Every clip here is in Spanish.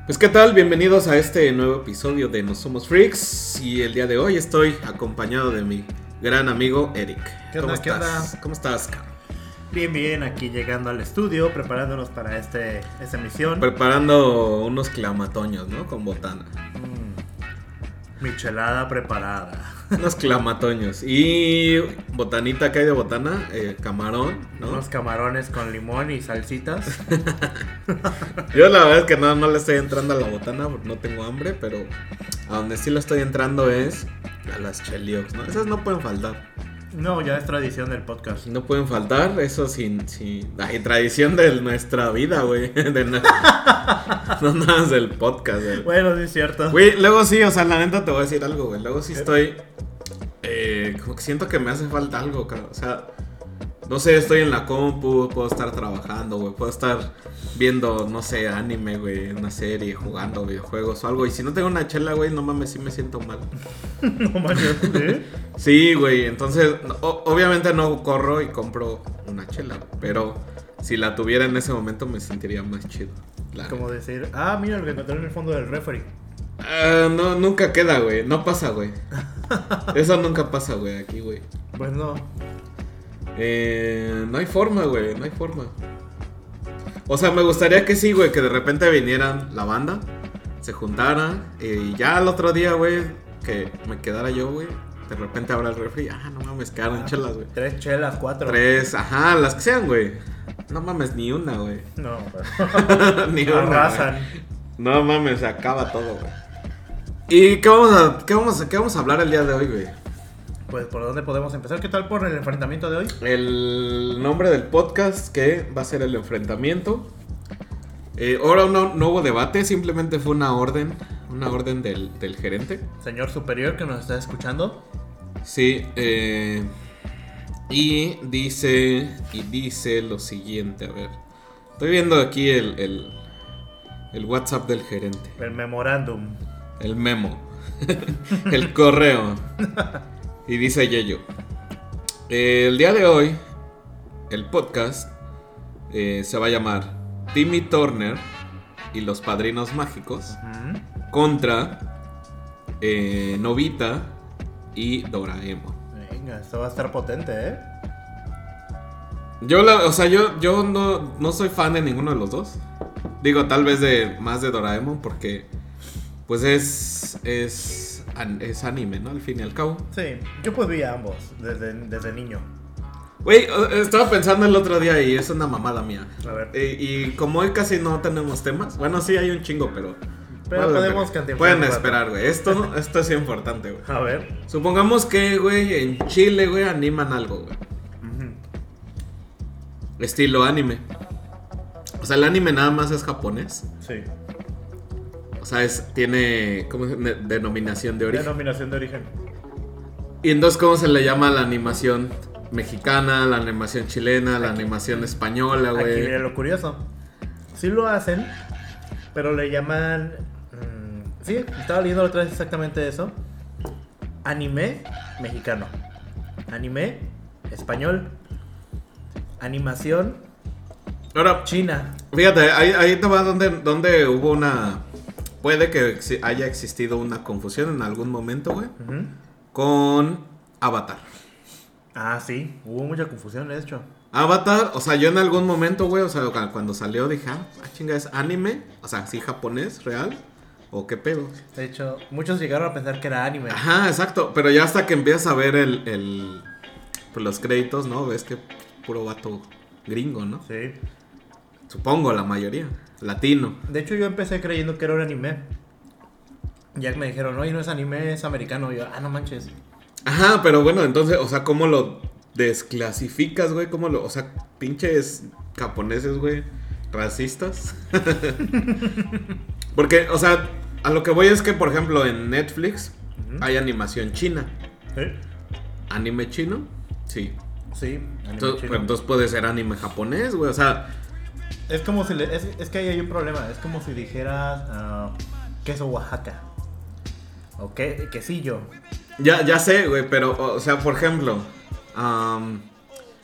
Pues qué tal, bienvenidos a este nuevo episodio de No Somos Freaks. Y el día de hoy estoy acompañado de mi gran amigo Eric. ¿Qué onda? ¿Qué onda? ¿Cómo estás, cabrón? Bien, aquí llegando al estudio, preparándonos para esta emisión. Preparando unos clamatoños, ¿no? Con botana. Michelada preparada. Unos clamatoños. Y botanita, ¿qué hay de botana? Camarón, ¿no? Unos camarones con limón y salsitas. Yo la verdad es que no le estoy entrando a la botana porque no tengo hambre, pero a donde sí le estoy entrando es a las cheliox, ¿no? Esas no pueden faltar. No, ya es tradición del podcast. No pueden faltar, eso sin ay, tradición de nuestra vida, güey. No nada más del podcast, güey. Bueno, sí es cierto. Güey, luego sí, o sea, la neta te voy a decir algo, güey. Luego sí estoy como que siento que me hace falta algo, cabrón. O sea, no sé, estoy en la compu, puedo estar trabajando, güey. Puedo estar viendo, no sé, anime, güey, una serie, jugando videojuegos o algo. Y si no tengo una chela, güey, no mames, sí me siento mal. No mames, ¿eh? Sí, güey, entonces, obviamente no corro y compro una chela, pero si la tuviera en ese momento me sentiría más chido. Claro. Como decir, mira lo que encontré en el fondo del refri. No, nunca queda, güey, no pasa, güey. Eso nunca pasa, güey, aquí, güey. Pues no. No hay forma, güey, no hay forma. O sea, me gustaría que sí, güey, que de repente vinieran la banda, se juntara y ya al otro día, güey, que me quedara yo, güey. De repente abra el refri, no mames, quedaron chelas, güey. 3 chelas, 4. 3, ajá, las que sean, güey. No mames, ni una, güey. No, pero... Ni una. Arrasan. Güey. No mames, se acaba todo, güey. ¿Y qué vamos a hablar el día de hoy, güey? Pues, ¿por dónde podemos empezar? ¿Qué tal por el enfrentamiento de hoy? El nombre del podcast, que va a ser el enfrentamiento. Ahora no hubo debate, simplemente fue una orden del gerente. Señor superior que nos está escuchando. Sí, y dice lo siguiente, a ver. Estoy viendo aquí el WhatsApp del gerente. El memorándum. El memo. El correo. Y dice Yeyo. El día de hoy, el podcast se va a llamar Timmy Turner y los Padrinos Mágicos contra Nobita y Doraemon. Venga, esto va a estar potente, ¿eh? Yo no soy fan de ninguno de los dos. Digo, tal vez más de Doraemon porque pues es anime, ¿no? Al fin y al cabo. Sí, yo pues vi a ambos desde niño. Güey, estaba pensando el otro día y es una mamada mía. A ver. Y como hoy casi no tenemos temas, bueno, sí hay un chingo, pero podemos cantar. Pueden esperar, güey. Esto es importante, güey. A ver. Supongamos que, güey, en Chile, güey, animan algo, güey. Estilo anime. O sea, el anime nada más es japonés. Sí. O sea, tiene ¿cómo se llama? Denominación de origen. Denominación de origen. Y entonces, ¿cómo se le llama a la animación mexicana, la animación chilena, la animación española, güey? Aquí viene lo curioso. Sí lo hacen, pero le llaman... sí, estaba leyendo la otra vez exactamente eso. Anime mexicano. Anime español. Animación ahora china. Fíjate, ahí te va donde hubo una... Puede que haya existido una confusión en algún momento, güey. Con Avatar. Sí, hubo mucha confusión, de hecho. Avatar, o sea, yo en algún momento, güey, o sea, cuando salió dije, chinga, ¿es anime? O sea, ¿sí japonés, real? ¿O qué pedo? De hecho, muchos llegaron a pensar que era anime. Ajá, exacto, pero ya hasta que empiezas a ver pues los créditos, ¿no? Ves que puro vato gringo, ¿no? Sí. Supongo, la mayoría, latino. De hecho, yo empecé creyendo que era un anime. Ya que me dijeron, no es anime, es americano. Y yo, no manches. Ajá, pero bueno, entonces, o sea, ¿cómo lo desclasificas, güey? O sea, pinches japoneses, güey, racistas. Porque, o sea, a lo que voy es que, por ejemplo, en Netflix hay animación china. ¿Sí? ¿Anime chino? Sí. Sí, entonces puede ser anime japonés, güey, o sea... Es como si es que ahí hay un problema. Es como si dijeras queso Oaxaca. O quesillo. Ya sé, güey, pero, o sea, por ejemplo,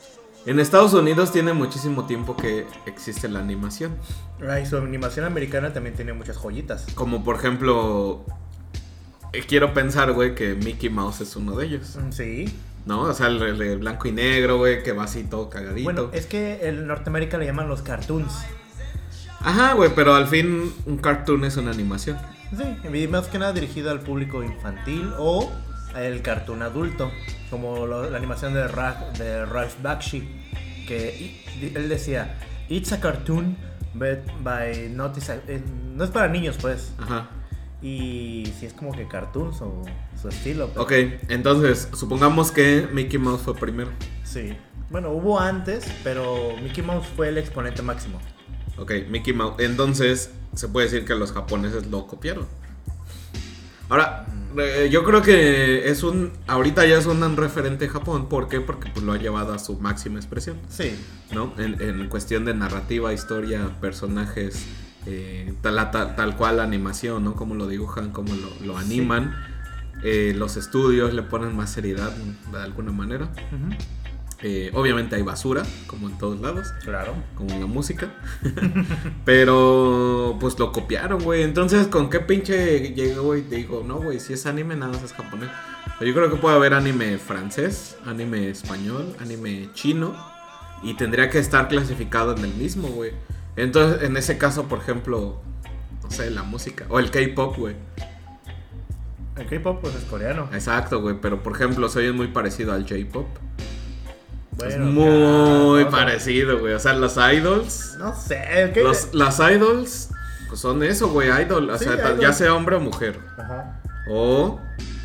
En Estados Unidos tiene muchísimo tiempo que existe la animación. Y su animación americana también tiene muchas joyitas. Como por ejemplo, quiero pensar, güey, que Mickey Mouse es uno de ellos. Sí. ¿No? O sea, el de blanco y negro, güey, que va así todo cagadito. Bueno, es que en Norteamérica le llaman los cartoons. Ajá, güey, pero al fin un cartoon es una animación. Sí, y más que nada dirigido al público infantil o el cartoon adulto. Como la animación de Ralph Bakshi. Que él decía, it's a cartoon, but by not no es para niños, pues. Ajá. Y si es como que cartoon su estilo. Pero... Ok, entonces, supongamos que Mickey Mouse fue primero. Sí. Bueno, hubo antes, pero Mickey Mouse fue el exponente máximo. Ok, Mickey Mouse. Entonces, se puede decir que los japoneses lo copiaron. Ahora, yo creo que ahorita ya es un referente Japón. ¿Por qué? Porque pues, lo ha llevado a su máxima expresión. Sí. ¿No? En cuestión de narrativa, historia, personajes, tal cual animación, ¿no? Cómo lo dibujan, cómo lo animan. Sí. Los estudios le ponen más seriedad de alguna manera. Uh-huh. Obviamente hay basura, como en todos lados. Claro. Como en la música. Pero pues lo copiaron, güey. Entonces, ¿con qué pinche llegó y te digo, no, güey, si es anime, nada más es japonés? Yo creo que puede haber anime francés, anime español, anime chino. Y tendría que estar clasificado en el mismo, güey. Entonces, en ese caso, por ejemplo, no sé, la música. O el K-pop, güey. El K-pop pues es coreano. Exacto, güey. Pero por ejemplo, soy muy parecido al J-pop. Bueno, es muy parecido, güey. O sea, los idols. No sé. Las idols pues son eso, güey. Idol. O sea, idol. Ya sea hombre o mujer. Ajá. O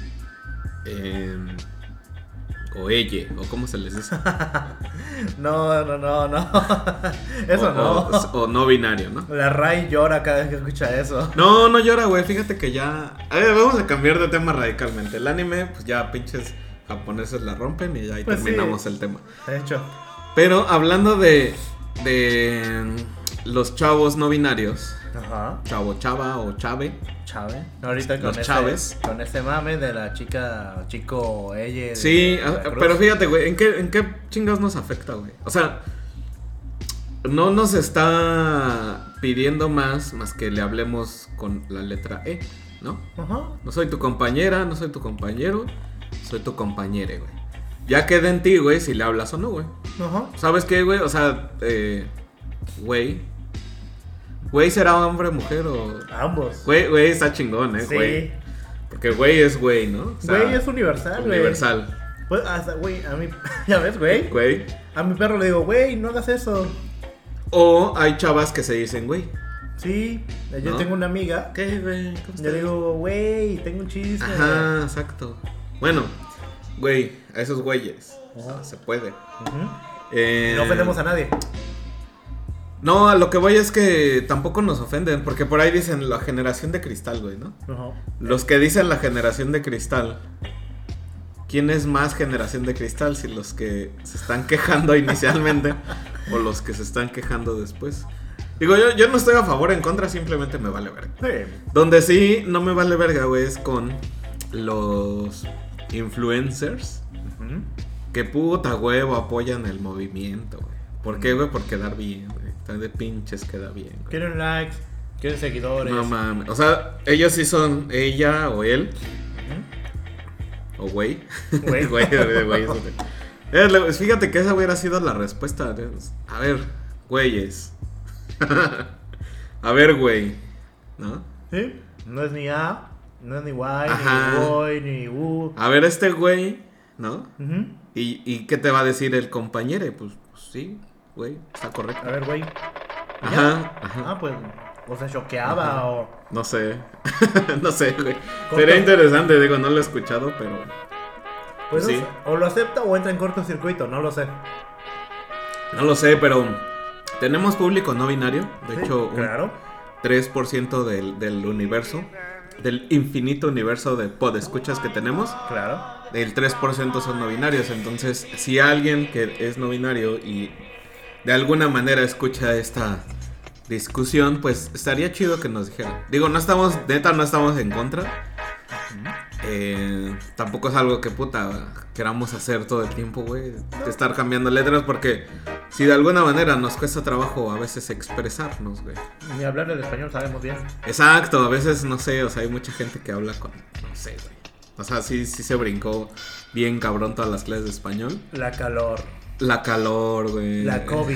ella. O cómo se les dice. No. Eso no. O no binario, ¿no? La Ray llora cada vez que escucha eso. No llora, güey. Fíjate que ya. A ver, vamos a cambiar de tema radicalmente. El anime, pues ya pinches japoneses la rompen y ya ahí pues terminamos el tema. De hecho. Pero hablando de los chavos no binarios. Ajá. Chavo, chava o chave. Chave. Ahorita con con ese mame de la chico, ella. Sí, pero fíjate, güey, ¿en qué chingados nos afecta, güey? O sea, no nos está pidiendo más que le hablemos con la letra E, ¿no? Ajá. No soy tu compañera, no soy tu compañero, soy tu compañere, güey. Ya queda en ti, güey, si le hablas o no, güey. Ajá. ¿Sabes qué, güey? O sea, güey, ¿será hombre o mujer o...? Ambos. Güey está chingón, sí. Güey. Porque güey es güey, ¿no? O sea, güey es universal, güey. Universal. Pues hasta, güey, a mí... ¿Ya ves, güey? Güey. A mi perro le digo, güey, no hagas eso. O hay chavas que se dicen güey. Sí, yo tengo una amiga. ¿Qué, güey? Yo digo, güey, tengo un chiste. Ajá, exacto. Bueno, güey, a esos güeyes. Se puede. Uh-huh. No ofendemos a nadie. No, a lo que voy es que tampoco nos ofenden, porque por ahí dicen la generación de cristal, güey, ¿no? Uh-huh. Los que dicen la generación de cristal, ¿quién es más generación de cristal? Si los que se están quejando inicialmente o los que se están quejando después. Digo, yo no estoy a favor o en contra, simplemente me vale verga. Sí. Donde sí no me vale verga, güey, es con los influencers que puta huevo apoyan el movimiento, güey. ¿Por qué, güey? Por quedar bien, güey. Están de pinches queda bien, güey. Quieren likes, quieren seguidores. No mames. O sea, ellos sí son ella o él. O güey. Güey. Fíjate que esa hubiera sido la respuesta. A ver, güeyes. A ver, güey. ¿No? Sí. No es ni A, no es ni Y, ni boy, ni U. A ver, este güey, ¿no? Uh-huh. ¿Y qué te va a decir el compañero? Pues sí, güey, está correcto. A ver, güey. Ajá. Ah, pues, o se choqueaba o... No sé. No sé, güey. Sería interesante, digo, no lo he escuchado, pero... Pues sí. O lo acepta o entra en cortocircuito, no lo sé. No lo sé, pero... Tenemos público no binario. De hecho, claro. 3% del universo. Del infinito universo de podescuchas que tenemos. Claro. El 3% son no binarios. Entonces, si alguien que es no binario y de alguna manera escucha esta discusión, pues estaría chido que nos dijera. Digo, no estamos en contra. tampoco es algo que queramos hacer todo el tiempo, güey. De estar cambiando letras, porque si de alguna manera nos cuesta trabajo a veces expresarnos, güey. Ni hablar el español sabemos bien. Exacto, a veces, no sé, o sea, hay mucha gente que habla con, no sé, güey. O sea, sí se brincó bien cabrón todas las clases de español. La calor, güey. La COVID.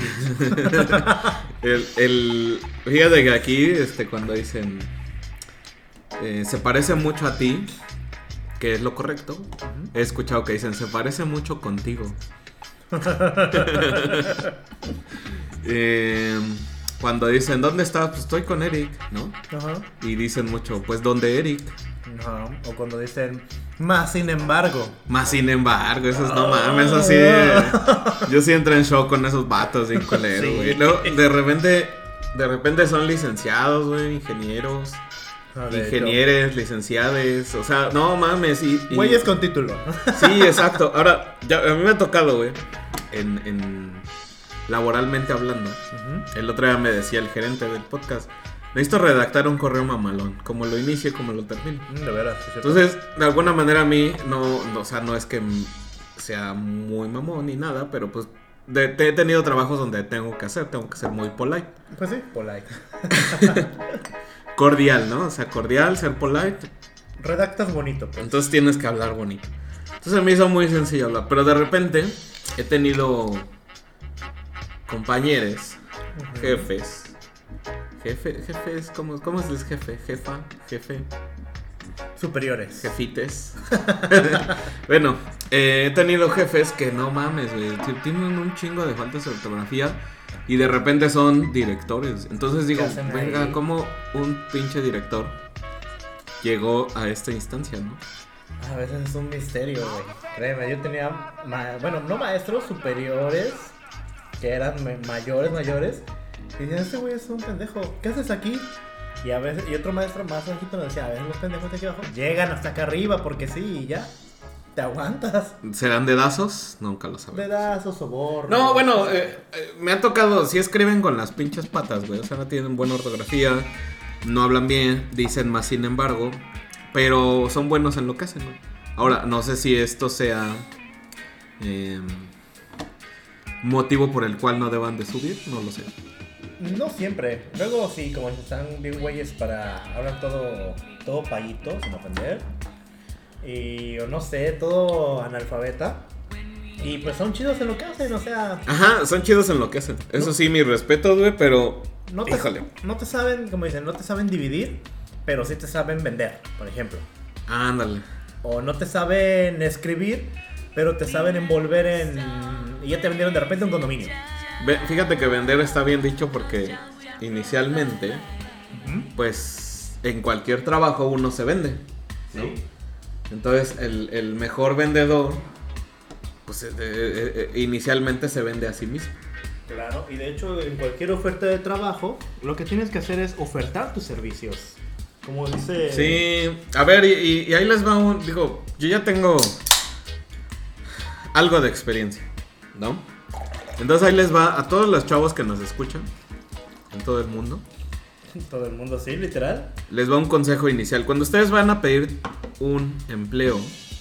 Fíjate que aquí, cuando dicen se parece mucho a ti, que es lo correcto, he escuchado que dicen se parece mucho contigo. Cuando dicen ¿dónde estás? Pues estoy con Eric, ¿no? Ajá. Y dicen mucho, pues ¿dónde Eric? Ajá. O cuando dicen más sin embargo, eso es no mames, así. Yo sí entré en shock con esos vatos de culero, güey. Sí. Luego, de repente son licenciados, güey, ingenieros. Ingenieres, licenciades, o sea, no mames. Güeyes con título. Sí, exacto. Ahora, a mí me ha tocado, güey, en laboralmente hablando. El otro día me decía el gerente del podcast, necesito redactar un correo mamalón, como lo inicie, como lo termine. De veras, sí, entonces, de alguna manera a mí, o sea, no es que sea muy mamón ni nada, pero pues he tenido trabajos donde tengo que ser muy polite. Pues sí, polite. Cordial, ¿no? O sea, cordial, ser polite. Redactas bonito, pues. Entonces tienes que hablar bonito. Entonces me hizo muy sencillo hablar. Pero de repente he tenido compañeros, jefes. Jefes, ¿cómo es el jefe? Jefe. Superiores. Jefites. Bueno, he tenido jefes que no mames, güey. Tienen un chingo de faltas de ortografía. Y de repente son directores. Entonces digo, venga, ¿cómo un pinche director llegó a esta instancia, no? A veces es un misterio, güey. Créeme, yo tenía, no maestros, superiores, que eran mayores. Y decían, este güey es un pendejo, ¿qué haces aquí? Y a veces, y otro maestro más bajito nos decía, a veces los pendejos de aquí abajo llegan hasta acá arriba porque sí, y ya. ¿Te aguantas? ¿Serán dedazos? Nunca lo sabemos. Dedazos o borros. No, bueno, me ha tocado, sí escriben con las pinches patas, güey. O sea, no tienen buena ortografía, no hablan bien, dicen más sin embargo, pero son buenos en lo que hacen, ¿no? Ahora, no sé si esto sea motivo por el cual no deban de subir, no lo sé. No siempre. Luego sí, como están bien güeyes hablan todo payito, sin ofender. Y o no sé, todo analfabeta. Y pues son chidos en lo que hacen, o sea. Ajá, son chidos en lo que hacen. Eso sí, mi respeto, güey, pero. Híjole. No te saben, como dicen, no te saben dividir, pero sí te saben vender, por ejemplo. Ándale. O no te saben escribir, pero te saben envolver y ya te vendieron de repente un condominio. Fíjate que vender está bien dicho porque inicialmente, pues en cualquier trabajo uno se vende, ¿no? Sí. Entonces el mejor vendedor, pues inicialmente se vende a sí mismo. Claro, y de hecho en cualquier oferta de trabajo, lo que tienes que hacer es ofertar tus servicios. Como dice... Sí, a ver, y ahí les va digo, yo ya tengo algo de experiencia, ¿no? Entonces ahí les va a todos los chavos que nos escuchan en todo el mundo. Todo el mundo, sí, literal. Les va un consejo inicial. Cuando ustedes van a pedir un empleo,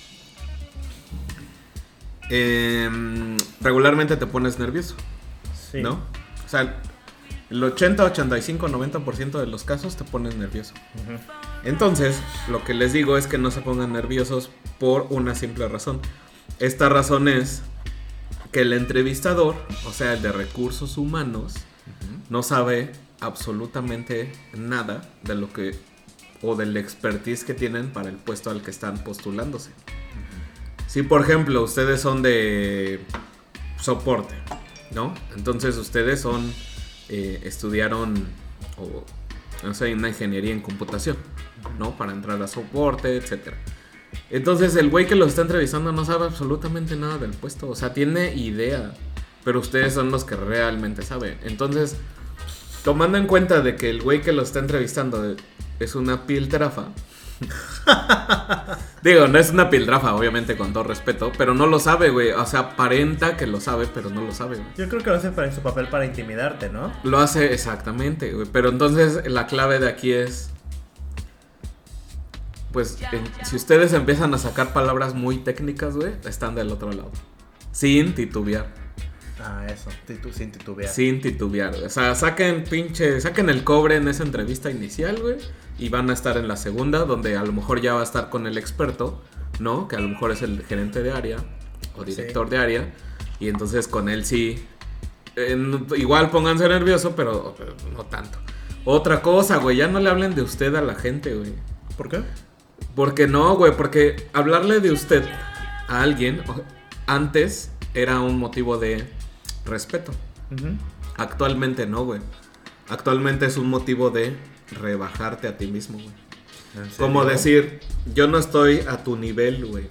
regularmente te pones nervioso, sí, ¿no? O sea, el 80, 85, 90% de los casos te pones nervioso. Entonces, lo que les digo es que no se pongan nerviosos por una simple razón. Esta razón es que el entrevistador, o sea, el de recursos humanos, no sabe absolutamente nada de lo que o del expertise que tienen para el puesto al que están postulándose. Si por ejemplo ustedes son de soporte, ¿no? Entonces ustedes estudiaron o no sé, una ingeniería en computación, ¿no? Para entrar a soporte, etcétera. Entonces el güey que los está entrevistando no sabe absolutamente nada del puesto, o sea, tiene idea, pero ustedes son los que realmente saben. Entonces, tomando en cuenta de que el güey que lo está entrevistando es una piltrafa. Digo, no es una piltrafa, obviamente, con todo respeto, pero no lo sabe, güey. O sea, aparenta que lo sabe, pero no lo sabe, güey. Yo creo que lo hace en su papel para intimidarte, ¿no? Lo hace exactamente, güey. Pero entonces la clave de aquí es: pues si ustedes empiezan a sacar palabras muy técnicas, güey, están del otro lado. Sin titubear. Ah, eso, sin titubear. Sin titubear, güey. O sea, saquen el cobre en esa entrevista inicial, güey. Y van a estar en la segunda, donde a lo mejor ya va a estar con el experto, ¿no? Que a lo mejor es el gerente de área o director de área. Y entonces con él sí. Igual pónganse nervioso, pero no tanto. Otra cosa, güey, ya no le hablen de usted a la gente, güey. ¿Por qué? Porque no, güey, porque hablarle de usted a alguien antes era un motivo de respeto. Uh-huh. Actualmente no, güey. Actualmente es un motivo de rebajarte a ti mismo, güey. Como decir, yo no estoy a tu nivel, güey.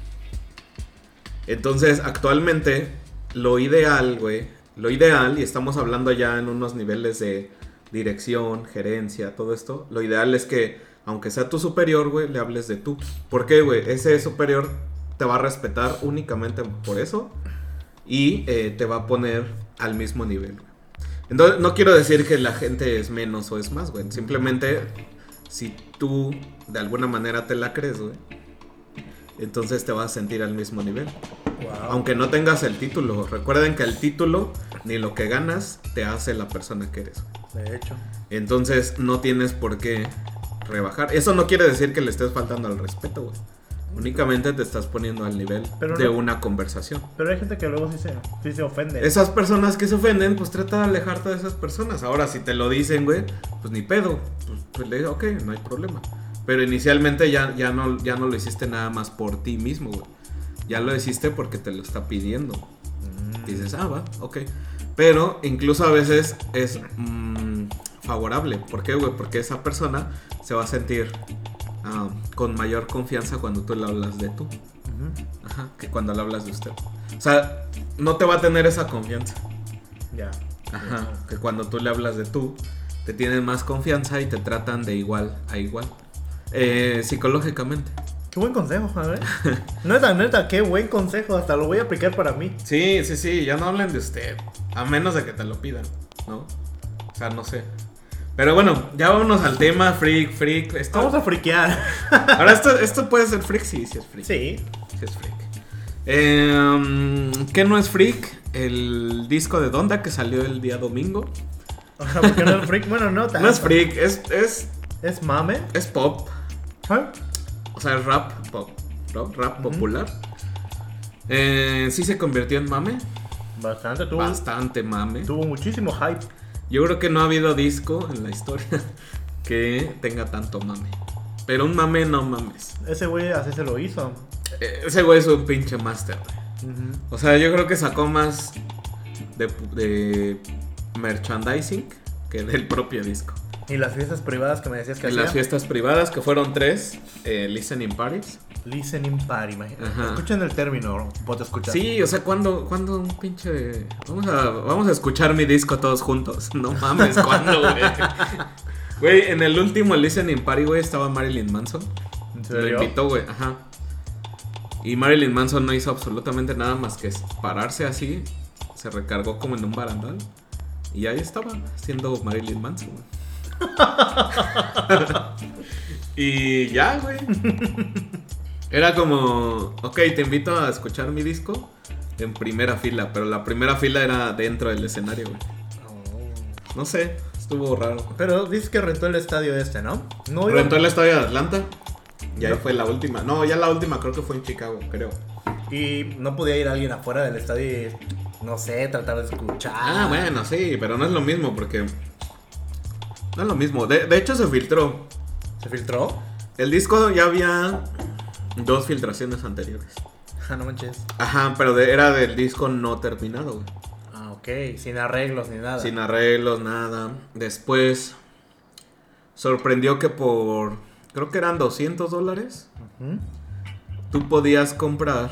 Entonces, actualmente, lo ideal, y estamos hablando ya en unos niveles de dirección, gerencia, todo esto, lo ideal es que, aunque sea tu superior, güey, le hables de tú. ¿Por qué, güey? Ese superior te va a respetar únicamente por eso y te va a poner al mismo nivel, güey. Entonces, no quiero decir que la gente es menos o es más, güey. Simplemente, si tú de alguna manera te la crees, güey, entonces te vas a sentir al mismo nivel. Wow. Aunque no tengas el título. Recuerden que el título ni lo que ganas te hace la persona que eres. De hecho. Entonces no tienes por qué rebajar. Eso no quiere decir que le estés faltando al respeto, güey. Únicamente te estás poniendo al nivel de una conversación. Pero hay gente que luego sí se ofende. Esas personas que se ofenden, pues trata de alejarte de esas personas. Ahora, si te lo dicen, güey, pues ni pedo. Pues le digo, ok, no hay problema. Pero inicialmente ya no lo hiciste nada más por ti mismo, güey. Ya lo hiciste porque te lo está pidiendo. Dices, va, ok. Pero incluso a veces es favorable. ¿Por qué, güey? Porque esa persona se va a sentir con mayor confianza cuando tú le hablas de tú. Ajá, que cuando le hablas de usted. O sea, no te va a tener esa confianza. Ya. Ajá, que cuando tú le hablas de tú, te tienen más confianza y te tratan de igual a igual. Psicológicamente. Qué buen consejo, a ver. Neta, qué buen consejo. Hasta lo voy a aplicar para mí. Sí, ya no hablen de usted. A menos de que te lo pidan, ¿no? O sea, no sé. Pero bueno, ya vámonos al tema freak. Vamos a friquear. Ahora, esto puede ser freak, sí es freak. Sí es freak. ¿Qué no es freak? El disco de Donda que salió el día domingo. ¿Por qué no es freak? Bueno, no tanto. No es freak, es mame. Es pop. ¿Ah? O sea, es rap pop. Rap popular. Sí se convirtió en mame. Bastante mame. Tuvo muchísimo hype. Yo creo que no ha habido disco en la historia que tenga tanto mame. Pero un mame no mames. Ese güey así se lo hizo. Ese güey es un pinche máster, güey. O sea, yo creo que sacó más de merchandising que del propio disco. ¿Y las fiestas privadas que me decías que hacía? Las fiestas privadas, que fueron 3 listening parties. Listening party, imagínate. Escuchen el término, vos te escuchas. Sí, o sea, ¿cuándo un pinche... Vamos a escuchar mi disco todos juntos. No mames, ¿cuándo, güey? Güey, en el último listening party, güey, estaba Marilyn Manson. ¿En serio? Lo invitó, güey, ajá. Y Marilyn Manson no hizo absolutamente nada más que pararse así. Se recargó como en un barandal. Y ahí estaba, siendo Marilyn Manson, güey. Y ya, güey. Era como, ok, te invito a escuchar mi disco en primera fila. Pero la primera fila era dentro del escenario, güey. No sé, estuvo raro. Pero dices que rentó el estadio ¿no? Rentó el estadio de Atlanta. Y ahí fue la última. No, ya la última creo que fue en Chicago, creo. Y no podía ir alguien afuera del estadio y, no sé, tratar de escuchar. Bueno, sí, pero no es lo mismo porque... No es lo mismo. De hecho se filtró. ¿Se filtró? El disco ya había 2 filtraciones anteriores. No manches. Ajá, pero era del disco no terminado, güey. Ok, sin arreglos ni nada. Sin arreglos, nada. Después sorprendió que por... Creo que eran $200. Tú podías comprar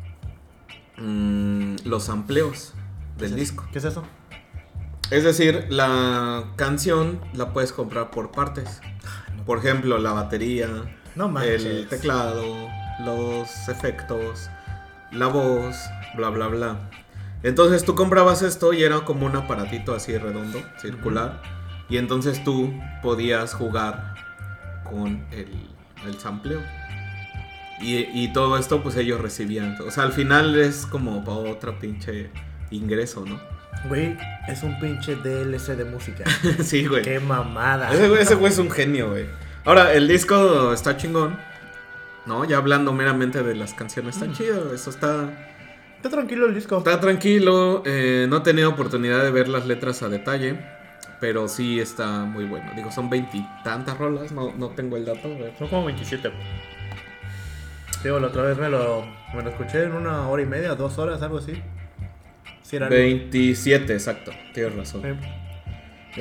los amplios del disco. ¿Qué es eso? Es decir, la canción la puedes comprar por partes. Por ejemplo, la batería, el teclado, los efectos, la voz, bla, bla, bla. Entonces tú comprabas esto y era como un aparatito así redondo, circular. Y entonces tú podías jugar con el sampleo. Y todo esto pues ellos recibían. O sea, al final es como para otro pinche ingreso, ¿no? Güey, es un pinche DLC de música. Sí, güey. Qué mamada. Ese güey es un genio, güey. Ahora, el disco está chingón, ¿no? Ya hablando meramente de las canciones, está chido. Eso está tranquilo el disco. Está tranquilo. No he tenido oportunidad de ver las letras a detalle, pero sí está muy bueno. Digo, son 20 y tantas rolas. No tengo el dato. Son como 27. Digo, la otra vez me lo escuché en 1 hora y media, 2 horas, algo así. Sí, era 27, exacto. Tienes razón. Sí.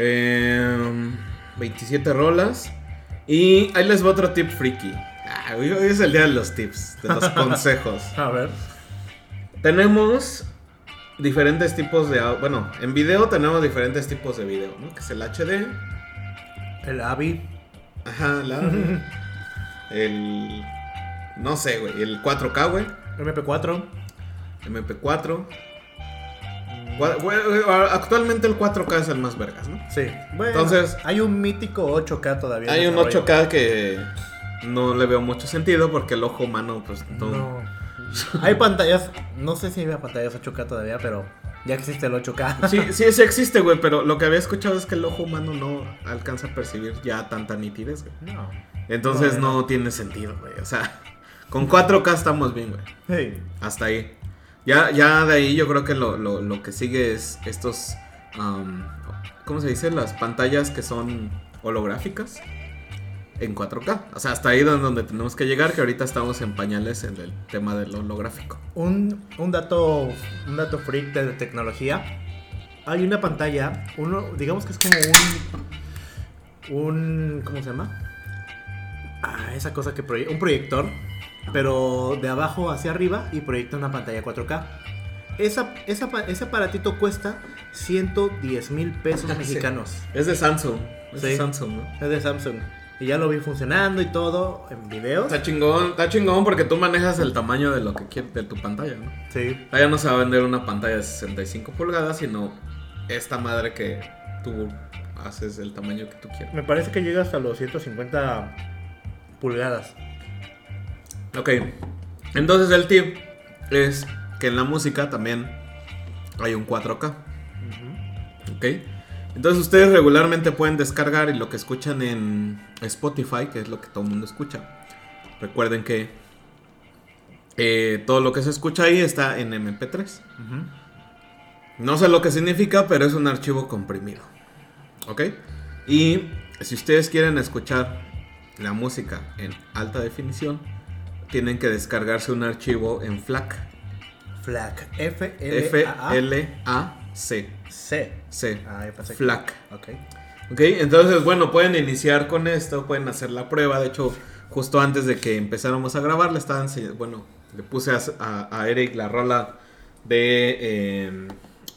27 rolas. Y ahí les va otro tip friki. Hoy es el día de los tips, de los consejos. A ver. Tenemos diferentes tipos de... Bueno, en video tenemos diferentes tipos de video, ¿no? Que es el HD. El AVI. Ajá, el AVI. El... No sé, güey. El 4K, güey. MP4. MP4. Actualmente el 4K es el más vergas, ¿no? Sí. Bueno, entonces, hay un mítico 8K todavía. Hay un 8K que no le veo mucho sentido porque el ojo humano, pues no. Hay pantallas, no sé si hay pantallas 8K todavía, pero ya existe el 8K. Sí existe, güey, pero lo que había escuchado es que el ojo humano no alcanza a percibir ya tanta nitidez, güey. No. Entonces no tiene sentido, güey. O sea, con 4K estamos bien, güey. Sí. Hasta ahí. Ya de ahí yo creo que lo que sigue es estos... ¿cómo se dice? Las pantallas que son holográficas en 4K. O sea, hasta ahí donde tenemos que llegar, que ahorita estamos en pañales en el tema del holográfico. Un dato freak de tecnología. Hay una pantalla, digamos que es como un ¿cómo se llama? Esa cosa que proyecta, un proyector, pero de abajo hacia arriba y proyecta una pantalla 4K. Ese aparatito cuesta 110,000 pesos mexicanos. Es de Samsung. Sí. De Samsung, ¿no? Es de Samsung. Y ya lo vi funcionando y todo en videos. Está chingón porque tú manejas el tamaño de lo que quieres de tu pantalla, ¿no? Sí. Ya no se va a vender una pantalla de 65 pulgadas, sino esta madre que tú haces el tamaño que tú quieras. Me parece que llega hasta los 150 pulgadas. Ok. Entonces el tip es que en la música también hay un 4K. Ok. Entonces ustedes regularmente pueden descargar y lo que escuchan en Spotify, que es lo que todo el mundo escucha. Recuerden que todo lo que se escucha ahí está en MP3. No sé lo que significa, pero es un archivo comprimido. ¿Ok? Y si ustedes quieren escuchar la música en alta definición, tienen que descargarse un archivo en FLAC. FLAC. F-L-A-C. C. FLAC. Ok. Ok, entonces, bueno, pueden iniciar con esto, pueden hacer la prueba. De hecho, justo antes de que empezáramos a grabar, le puse a Eric la rola de...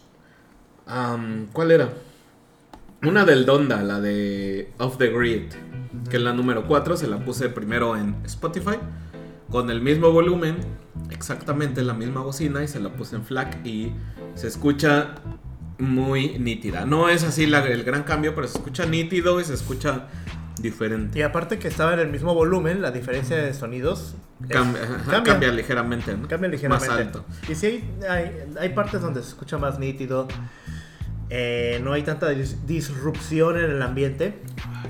¿cuál era? Una del Donda, la de Off the Grid, que es la número 4. Se la puse primero en Spotify con el mismo volumen, exactamente la misma bocina, y se la puse en FLAC y se escucha muy nítida. No es así el gran cambio, pero se escucha nítido y se escucha diferente. Y aparte que estaba en el mismo volumen, la diferencia de sonidos cambia ligeramente, ¿no? Cambia ligeramente. Más alto. Y sí, hay partes donde se escucha más nítido. No hay tanta disrupción en el ambiente.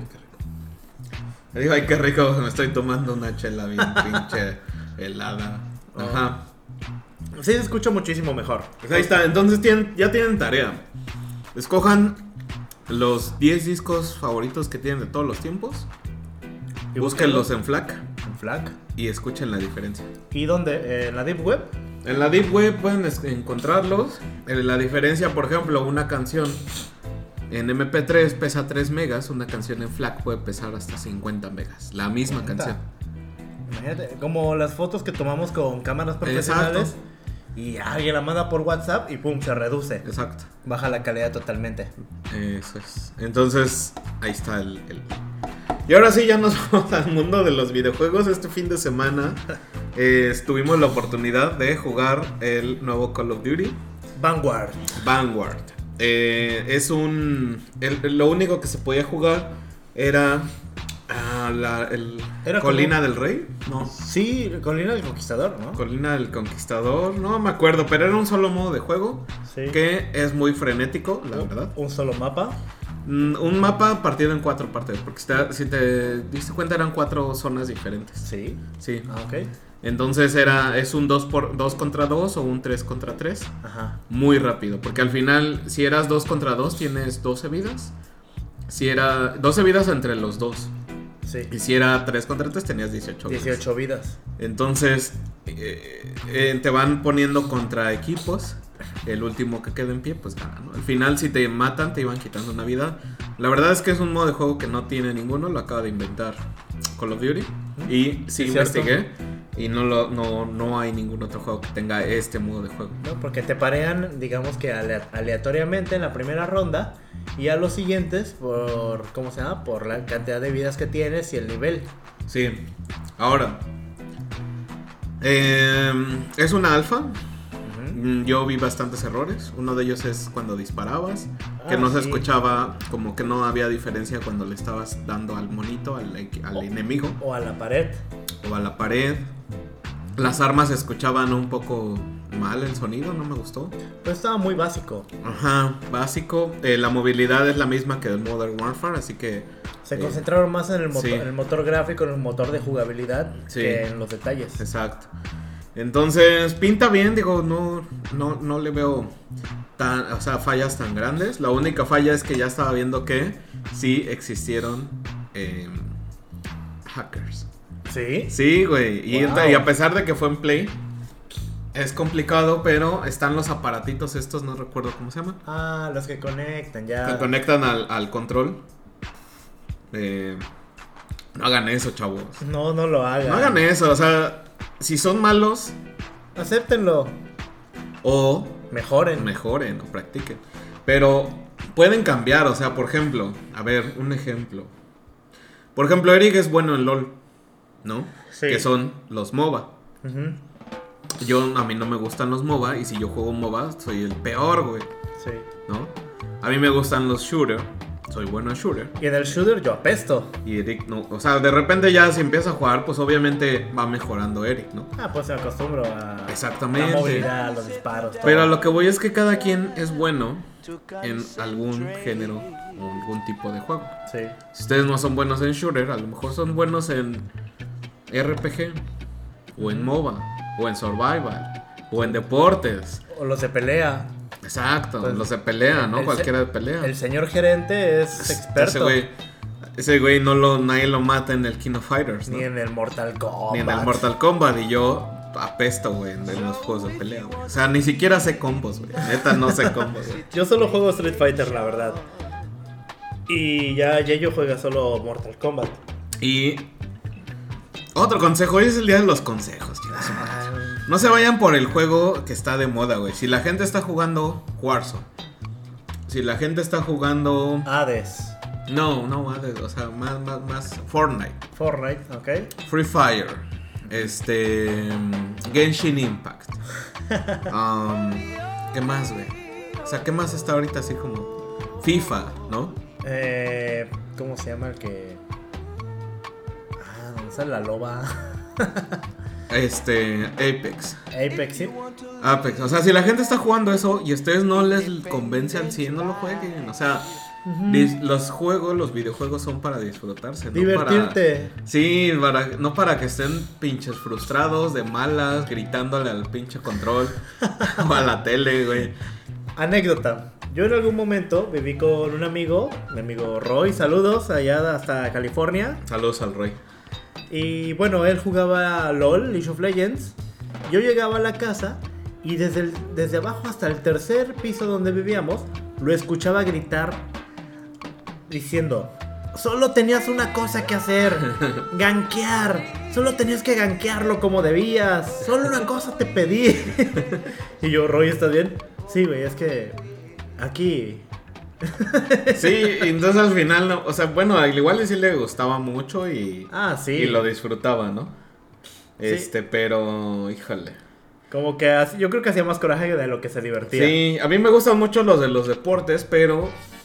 Digo, ay, qué rico, me estoy tomando una chela bien pinche helada. Ajá. Sí, se escucha muchísimo mejor. Pues ahí está, entonces ya tienen tarea. Escojan los 10 discos favoritos que tienen de todos los tiempos. Y búsquenlos en FLAC. En FLAC. Y escuchen la diferencia. ¿Y dónde? ¿En la Deep Web? En la Deep Web pueden encontrarlos. La diferencia, por ejemplo, una canción en MP3 pesa 3 megas. Una canción en FLAC puede pesar hasta 50 megas. La misma canción. Imagínate, como las fotos que tomamos con cámaras profesionales. Exacto. Y alguien la manda por WhatsApp y pum, se reduce. Exacto. Baja la calidad totalmente. Eso es. Entonces, ahí está el... Y ahora sí, ya nos vamos al mundo de los videojuegos. Este fin de semana tuvimos la oportunidad de jugar el nuevo Call of Duty. Vanguard. Es lo único que se podía jugar era Era Colina como- del Rey, no. Sí, Colina del Conquistador, ¿no? Colina del Conquistador, no me acuerdo, pero era un solo modo de juego Sí. que es muy frenético, la verdad. Un solo mapa. Un mapa partido en 4 partes, porque si te diste cuenta eran 4 zonas diferentes. Sí. Sí. Ah, ok. Entonces es un 2 contra 2 o un 3 contra 3. Ajá. Muy rápido, porque al final si eras 2 contra 2 tienes 12 vidas. Si era 12 vidas entre los dos. Sí. Y si era 3 contra 3 tenías 18 vidas. 18 vidas. Entonces te van poniendo contra equipos. El último que quede en pie pues gana, ¿no? Al final si te matan te iban quitando una vida. La verdad es que es un modo de juego que no tiene ninguno. Lo acaba de inventar Call of Duty. Y sí investigué. Y no hay ningún otro juego que tenga este modo de juego. ¿No? Porque te parean, digamos que aleatoriamente en la primera ronda. Y a los siguientes por, ¿cómo se llama? Por la cantidad de vidas que tienes y el nivel. Sí. Ahora es una alfa. Yo vi bastantes errores. Uno de ellos es cuando disparabas, que no se escuchaba, como que no había diferencia cuando le estabas dando al monito, al enemigo. O a la pared. O a la pared. Las armas se escuchaban un poco mal el sonido, no me gustó. Pues estaba muy básico. Ajá, básico. La movilidad es la misma que del Modern Warfare, así que... Se concentraron más en el motor, sí. en el motor gráfico, en el motor de jugabilidad, Sí. que en los detalles. Exacto. Entonces, pinta bien, digo, no le veo fallas tan grandes. La única falla es que ya estaba viendo que sí existieron hackers. ¿Sí? Sí, güey. Wow. Y a pesar de que fue en Play, es complicado, pero están los aparatitos estos, no recuerdo cómo se llaman. Ah, los que conectan, ya. Que conectan al control. No hagan eso, chavos. No lo hagan. No hagan eso, o sea, si son malos Acéptenlo. o Mejoren. o practiquen. Pero pueden cambiar, o sea, por ejemplo, a ver, un ejemplo. Por ejemplo, Eric es bueno en LOL, ¿no? Sí. Que son los MOBA. Ujú. A mí no me gustan los MOBA y si yo juego MOBA soy el peor, güey, Sí. ¿no? A mí me gustan los shooter, soy bueno en shooter. Y en el shooter yo apesto. Y Eric no, o sea, de repente ya si empieza a jugar, pues obviamente va mejorando Eric, ¿no? Ah, pues me acostumbro a Exactamente. la movilidad, los disparos, todo. Pero a lo que voy es que cada quien es bueno en algún género o algún tipo de juego. Sí. Si ustedes no son buenos en shooter, a lo mejor son buenos en RPG, o en MOBA, o en survival, o en deportes. O los de pelea. Exacto, Pues, los de pelea, ¿no? Cualquiera de pelea. El señor gerente es experto. Ese güey nadie lo mata en el King of Fighters, ¿no? Ni en el Mortal Kombat. Ni en el Mortal Kombat. Y yo apesto, güey, en los juegos de pelea, güey. O sea, ni siquiera sé combos, güey. Neta, no sé combos, güey. Yo solo juego Street Fighter, la verdad. Y ya Yeyo juega solo Mortal Kombat. Y otro consejo, hoy es el día de los consejos, chicos. No se vayan por el juego que está de moda, güey. Si la gente está jugando Warzone, si la gente está jugando... Hades. No, o sea, más Fortnite, Ok. Free Fire, Genshin Impact. ¿Qué más, güey? O sea, ¿qué más está ahorita así como FIFA, ¿no? ¿Cómo se llama el que...? ¿Dónde sale la loba? Apex. Apex, sí. Apex, o sea, si la gente está jugando eso y a ustedes no les convence al 100, no lo jueguen. O sea, los videojuegos son para disfrutarse, ¿no? Divertirte. Sí, no para que estén pinches frustrados, de malas, gritándole al pinche control o a la tele, güey. Anécdota. Yo en algún momento viví con un amigo, mi amigo Roy, saludos, allá hasta California. Saludos al Roy. Y bueno, él jugaba LOL, League of Legends. Yo llegaba a la casa y desde abajo hasta el tercer piso donde vivíamos, lo escuchaba gritar diciendo: solo tenías una cosa que hacer, gankear. Solo tenías que gankearlo como debías. Solo una cosa te pedí. Y yo, Roy, ¿estás bien? Sí, güey, es que aquí... Sí, entonces al final, no, o sea, bueno, al igual sí le gustaba mucho y lo disfrutaba, ¿no? Sí. Pero, híjole. Como que yo creo que hacía más coraje de lo que se divertía. Sí, a mí me gustan mucho los de los deportes, pero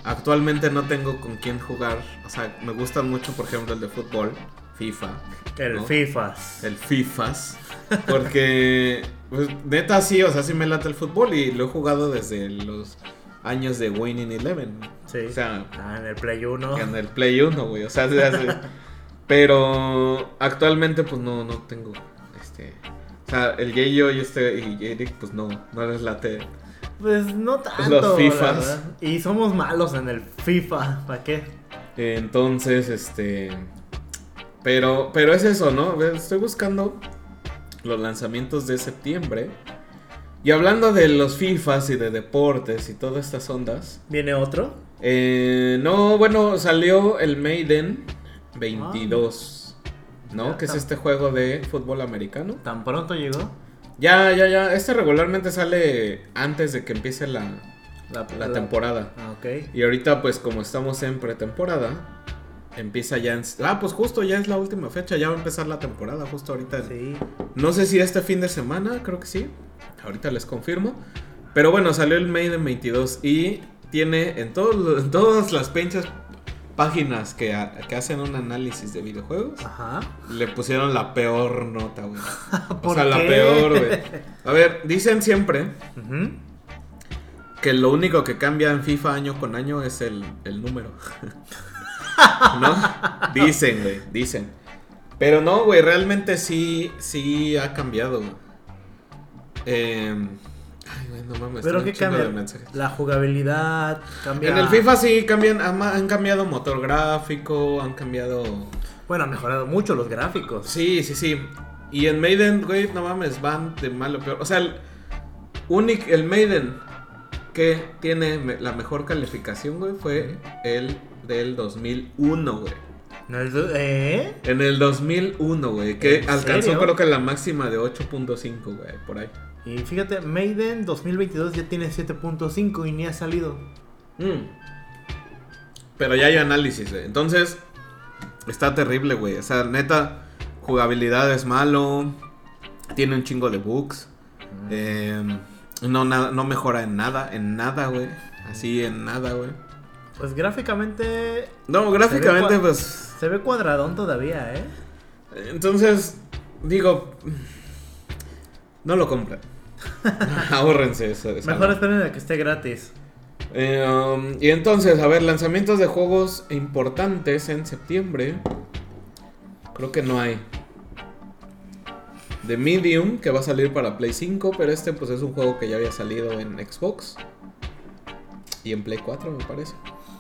actualmente no tengo con quién jugar. O sea, me gustan mucho, por ejemplo, el de fútbol, FIFA. El ¿no? FIFAs. El FIFAs. Porque, pues, neta, sí, o sea, sí me late el fútbol y lo he jugado desde los años de Winning Eleven. Sí. O sea, en el Play 1. en el Play 1, güey. O sea, se hace. Pero actualmente, pues no tengo. O sea, el Yayo y Eric, pues no les late. Pues no tanto. Los FIFAs. Y somos malos en el FIFA. ¿Para qué? Entonces, Pero es eso, ¿no? Estoy buscando los lanzamientos de septiembre. Y hablando de los FIFAs y de deportes y todas estas ondas. ¿Viene otro? No, bueno, salió el Madden 22. ¿No? Ya, que es este juego de fútbol americano. ¿Tan pronto llegó? Ya. Este regularmente sale antes de que empiece la temporada. Ah, ok. Y ahorita, pues, como estamos en pretemporada, empieza ya pues justo ya es la última fecha. Ya va a empezar la temporada, justo ahorita. Sí. No sé si este fin de semana, creo que sí. Ahorita les confirmo. Pero bueno, salió el Madden 22 y tiene en todas las pinches páginas que hacen un análisis de videojuegos. Ajá. Le pusieron la peor nota, güey. ¿Por O sea, la qué? peor, güey. A ver, dicen siempre Uh-huh. que lo único que cambia en FIFA año con año es el número. ¿No? Dicen, güey, dicen. Pero no, güey, realmente sí ha cambiado, güey. Ay, güey, no mames. ¿Pero qué tengo un chingo de cambia? mensajes. La jugabilidad cambia. En el FIFA sí han cambiado motor gráfico, han cambiado... Bueno, han mejorado mucho los gráficos. Sí. Y en Maiden, güey, no mames, van de malo a peor. O sea, el Maiden que tiene la mejor calificación, güey, fue el del 2001, güey. ¿No es En el 2001, güey, que ¿En alcanzó serio? creo que la máxima de 8.5, güey, por ahí. Y fíjate, Maiden 2022 ya tiene 7.5 y ni ha salido. Pero ya hay análisis, güey. Entonces, está terrible, güey. O sea, neta, jugabilidad es malo. Tiene un chingo de bugs. No mejora en nada, güey. Así en nada, güey. Pues gráficamente No, gráficamente, pues... se ve cuadradón todavía, ¿eh? Entonces, digo... No lo compren. Ahórrense eso. Mejor esperen a que esté gratis. Y entonces, a ver, lanzamientos de juegos importantes en septiembre. Creo que no hay. The Medium, que va a salir para Play 5, pero pues es un juego que ya había salido en Xbox. Y en Play 4, me parece.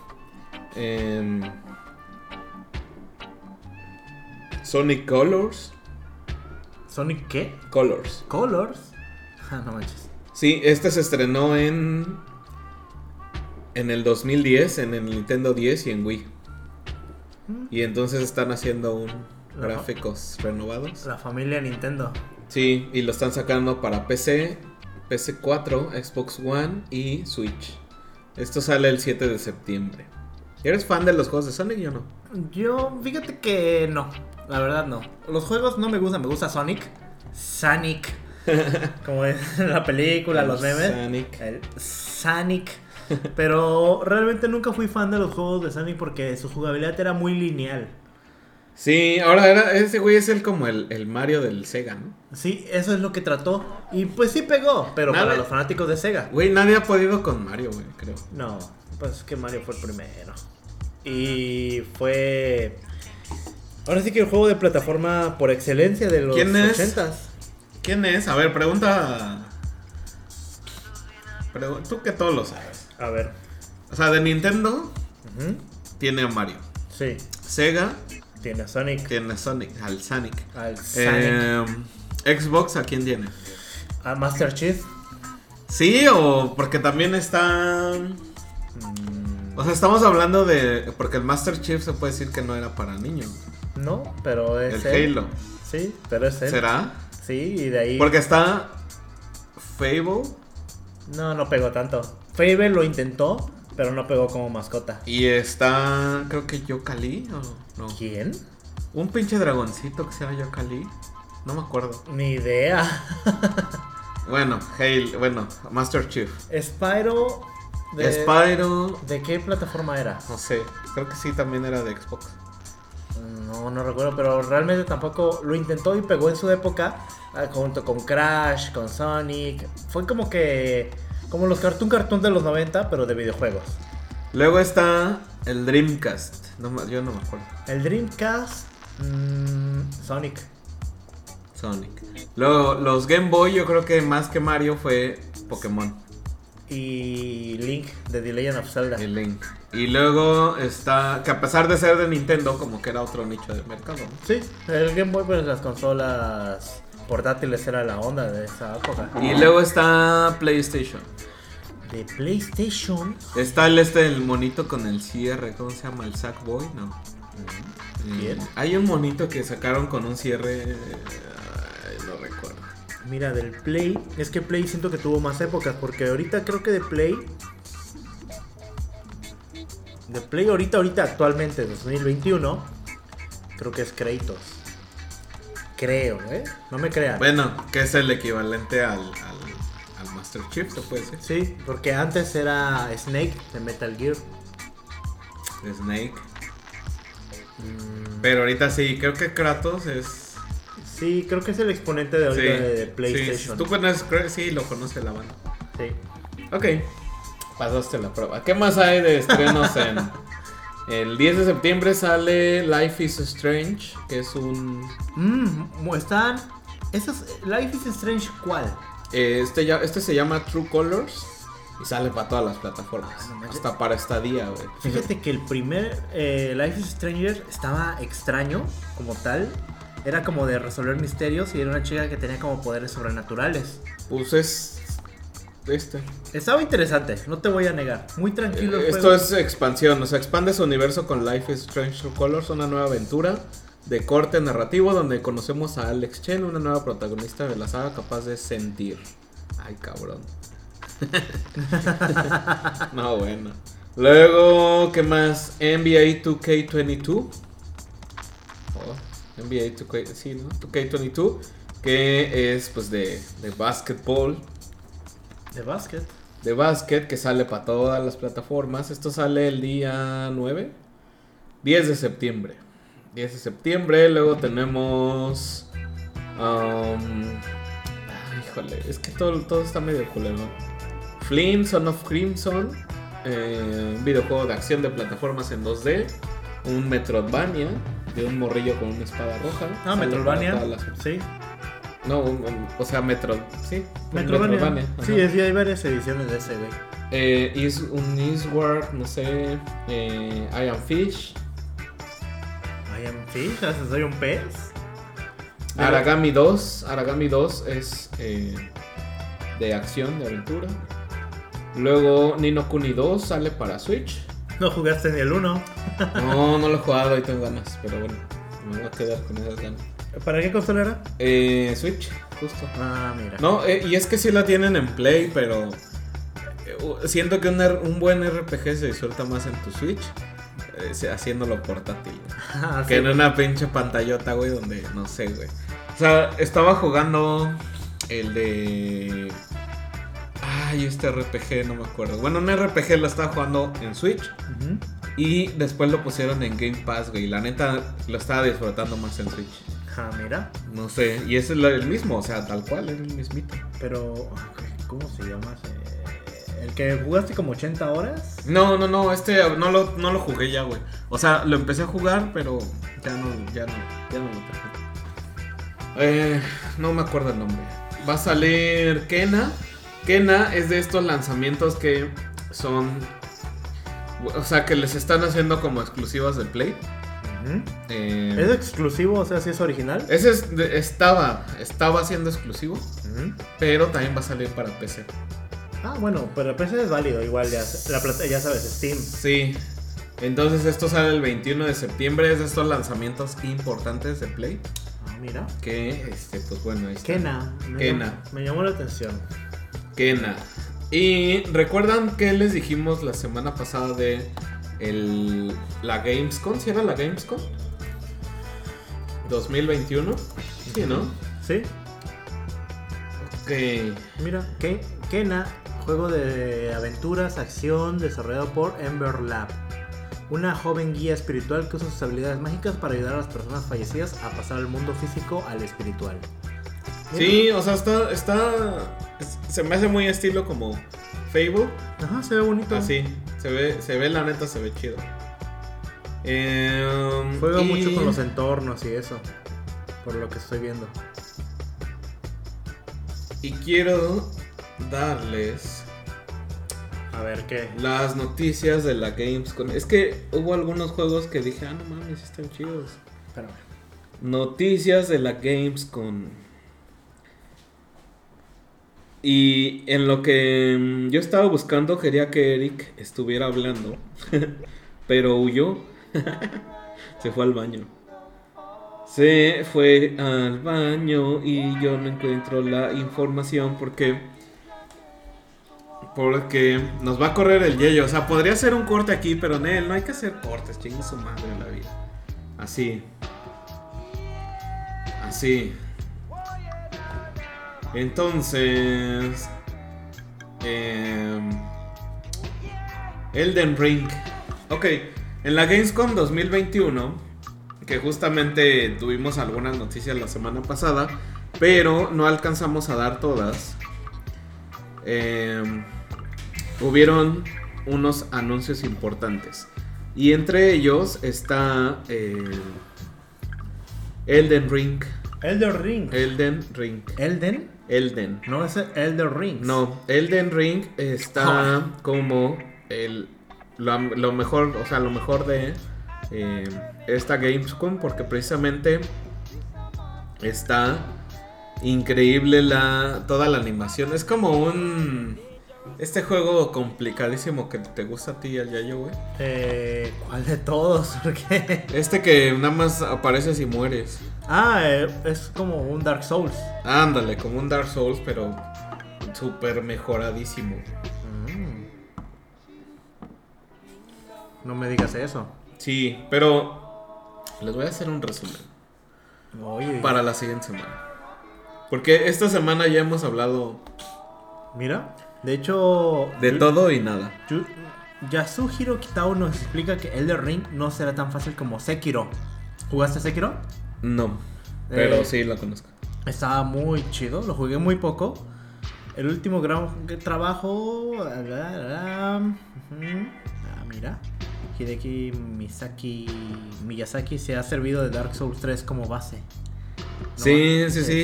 Sonic Colors. ¿Sonic qué? Colors. ¿Colors? Ah, no manches. Sí, este se estrenó en el 2010, en el Nintendo 10 y en Wii. Y entonces están haciendo gráficos renovados. La familia Nintendo. Sí, y lo están sacando para PC, PS4, Xbox One y Switch. Esto sale el 7 de septiembre. ¿Eres fan de los juegos de Sonic o no? Yo, fíjate que no. La verdad no. Los juegos no me gustan. Me gusta Sonic. Como en la película, los memes. El Sonic. Pero realmente nunca fui fan de los juegos de Sonic porque su jugabilidad era muy lineal. Sí, ahora ese güey es como el Mario del Sega, ¿no? Sí, eso es lo que trató. Y pues sí pegó, pero Nada. para los fanáticos de Sega. Güey, nadie ha podido con Mario, güey, creo. No, pues es que Mario fue el primero. Y fue... Ahora sí que el juego de plataforma por excelencia de los ¿Quién es? 80s. ¿Quién es? A ver, pregunta... Tú que todo lo sabes. A ver. O sea, de Nintendo Ujú. tiene a Mario. Sí, Sega tiene a Sonic. tiene a Sonic, al Sonic. Al Sonic. Xbox, ¿a quién tiene? A Master Chief. Sí, o porque también está... O sea, estamos hablando de... Porque el Master Chief se puede decir que no era para niños. No, pero es El él. Halo. Sí, pero es él. ¿Será? Sí, y de ahí... Porque está... Fable. No pegó tanto. Fable lo intentó, pero no pegó como mascota. Y está... Creo que Yooka-Lee, ¿o no? ¿Quién? Un pinche dragoncito que se llama Yooka-Lee. No me acuerdo. Ni idea. Bueno, Master Chief. Spyro Spyro. ¿De qué plataforma era? No sé, creo que sí también era de Xbox. No recuerdo, pero realmente tampoco lo intentó y pegó en su época junto con Crash, con Sonic. Fue como que como los Cartoon de los 90, pero de videojuegos. Luego está el Dreamcast. Yo no me acuerdo. El Dreamcast, Sonic. Luego los Game Boy, yo creo que más que Mario fue Pokémon. Y Link, de The Legend of Zelda. El Link. Y luego está, que a pesar de ser de Nintendo, como que era otro nicho de mercado, ¿no? Sí, el Game Boy, pues las consolas portátiles era la onda de esa época. Y luego está PlayStation. De PlayStation. Está el monito con el cierre, ¿cómo se llama? ¿El Sackboy? No. ¿Quién? Hay un monito que sacaron con un cierre, no recuerdo. Mira, del Play, es que Play siento que tuvo más épocas, porque ahorita creo que de Play ahorita actualmente, 2021, creo que es Kratos. Creo, no me crean. Bueno, que es el equivalente al Master Chief, ¿se puede decir? Sí, porque antes era Snake de Metal Gear. Snake. Pero ahorita sí, creo que Kratos es... Sí, creo que es el exponente de ahorita de PlayStation. Sí, tú conoces, sí, lo conoce la banda. Sí. Ok, pasaste la prueba. ¿Qué más hay de estrenos en...? El 10 de septiembre sale Life is Strange, que es un... Están... Life is Strange, ¿cuál? Este se llama True Colors y sale para todas las plataformas. No, hasta para Stadia, güey. Fíjate que el primer Life is Stranger estaba extraño como tal. Era como de resolver misterios y era una chica que tenía como poderes sobrenaturales. Pues es... Estaba interesante, no te voy a negar. Muy tranquilo el esto juego. es expansión, o sea, expande su universo con Life is Strange True Colors, una nueva aventura de corte narrativo donde conocemos a Alex Chen, una nueva protagonista de la saga capaz de sentir. Ay, cabrón. No, bueno. Luego, ¿qué más? NBA 2K22. NBA 2K, sí, ¿no? 2K22, que es pues de básquetbol. De básquet, que sale para todas las plataformas. Esto sale el día 9. 10 de septiembre. 10 de septiembre. Luego tenemos... híjole, es que todo está medio culero. Flynn, Son of Crimson. Un videojuego de acción de plataformas en 2D. Un Metroidvania de un morrillo con una espada roja. Ah, Metroidvania. Sí. No, o sea, sí. Metroidvania. Sí, hay varias ediciones de ese, güey. Un Eastward, no sé. I Am Fish. I Am Fish, ¿soy un pez? Aragami 2. Aragami 2 es de acción, de aventura. Luego Ni no Kuni 2 sale para Switch. ¿No jugaste ni el 1? No lo he jugado y tengo ganas, pero bueno, me voy a quedar con esas ganas. ¿Para qué consola era? Switch, justo. Ah, mira. No, y es que sí la tienen en Play, pero siento que un buen RPG se disfruta más en tu Switch haciéndolo portátil. Que en una pinche pantallota, güey, donde no sé, güey. O sea, estaba jugando el de... Ay, este RPG, no me acuerdo. Bueno, un RPG lo estaba jugando en Switch. Uh-huh. Y después lo pusieron en Game Pass, güey. La neta, lo estaba disfrutando más en Switch. Ah, mira. No sé, y ese es el mismo, o sea, tal cual, es el mismito. Pero, ¿cómo se llama? ¿El que jugaste como 80 horas? No, este no lo jugué ya, güey. O sea, lo empecé a jugar, pero ya no lo terminé. No me acuerdo el nombre. Va a salir Kena. Kena es de estos lanzamientos que son... O sea, que les están haciendo como exclusivas de Play. ¿Es exclusivo? O sea, ¿sí es original? Ese estaba siendo exclusivo, pero también va a salir para PC. Ah, bueno, pero PC es válido, igual ya sabes, Steam. Sí, entonces esto sale el 21 de septiembre, es de estos lanzamientos importantes de Play. Ah, mira. Que, pues bueno, ahí está. Kena. Me llamó la atención. Kena. Y ¿recuerdan que les dijimos la semana pasada de la Gamescom? ¿Sí era la Gamescom? 2021. Sí, ¿no? Sí. Ok. Mira, Kena juego de aventuras, acción, desarrollado por Ember Lab. Una joven guía espiritual que usa sus habilidades mágicas para ayudar a las personas fallecidas a pasar del mundo físico al espiritual. Sí, o sea, se me hace muy estilo como Fable. Ajá, se ve bonito. Así, se ve la neta, se ve chido. Juega mucho con los entornos y eso, por lo que estoy viendo. Y quiero darles a ver qué. Las noticias de la Gamescom. Es que hubo algunos juegos que dije, no mames, están chidos. Espérame. Noticias de la Gamescom. Y en lo que yo estaba buscando, quería que Eric estuviera hablando. Pero huyó. Se fue al baño. Se fue al baño y yo no encuentro la información porque nos va a correr el yello. O sea, podría hacer un corte aquí, pero no hay que hacer cortes. Chingue su madre en la vida. Así. Entonces, Elden Ring. Ok, en la Gamescom 2021, que justamente tuvimos algunas noticias la semana pasada, pero no alcanzamos a dar todas. Hubieron unos anuncios importantes. Y entre ellos está Elden Ring. ¿Elden? No, es Elden Ring. No, Elden Ring está como lo mejor, o sea, lo mejor de esta Gamescom, porque precisamente está increíble toda la animación. Es como este juego complicadísimo que te gusta a ti, al Yayo, güey. ¿Cuál de todos? ¿Por qué? Este que nada más apareces y mueres. Es como un Dark Souls. Ándale, como un Dark Souls, pero súper mejoradísimo. No me digas eso. Sí, pero les voy a hacer un resumen. Oye. Para la siguiente semana. Porque esta semana ya hemos hablado. Mira, de hecho, de todo y nada. Yasuhiro Kitao nos explica que Elden Ring no será tan fácil como Sekiro. ¿Jugaste Sekiro? No, pero sí lo conozco. Estaba muy chido, lo jugué muy poco. El último gran trabajo. Mira. Hideki Miyazaki se ha servido de Dark Souls 3 como base. Sí.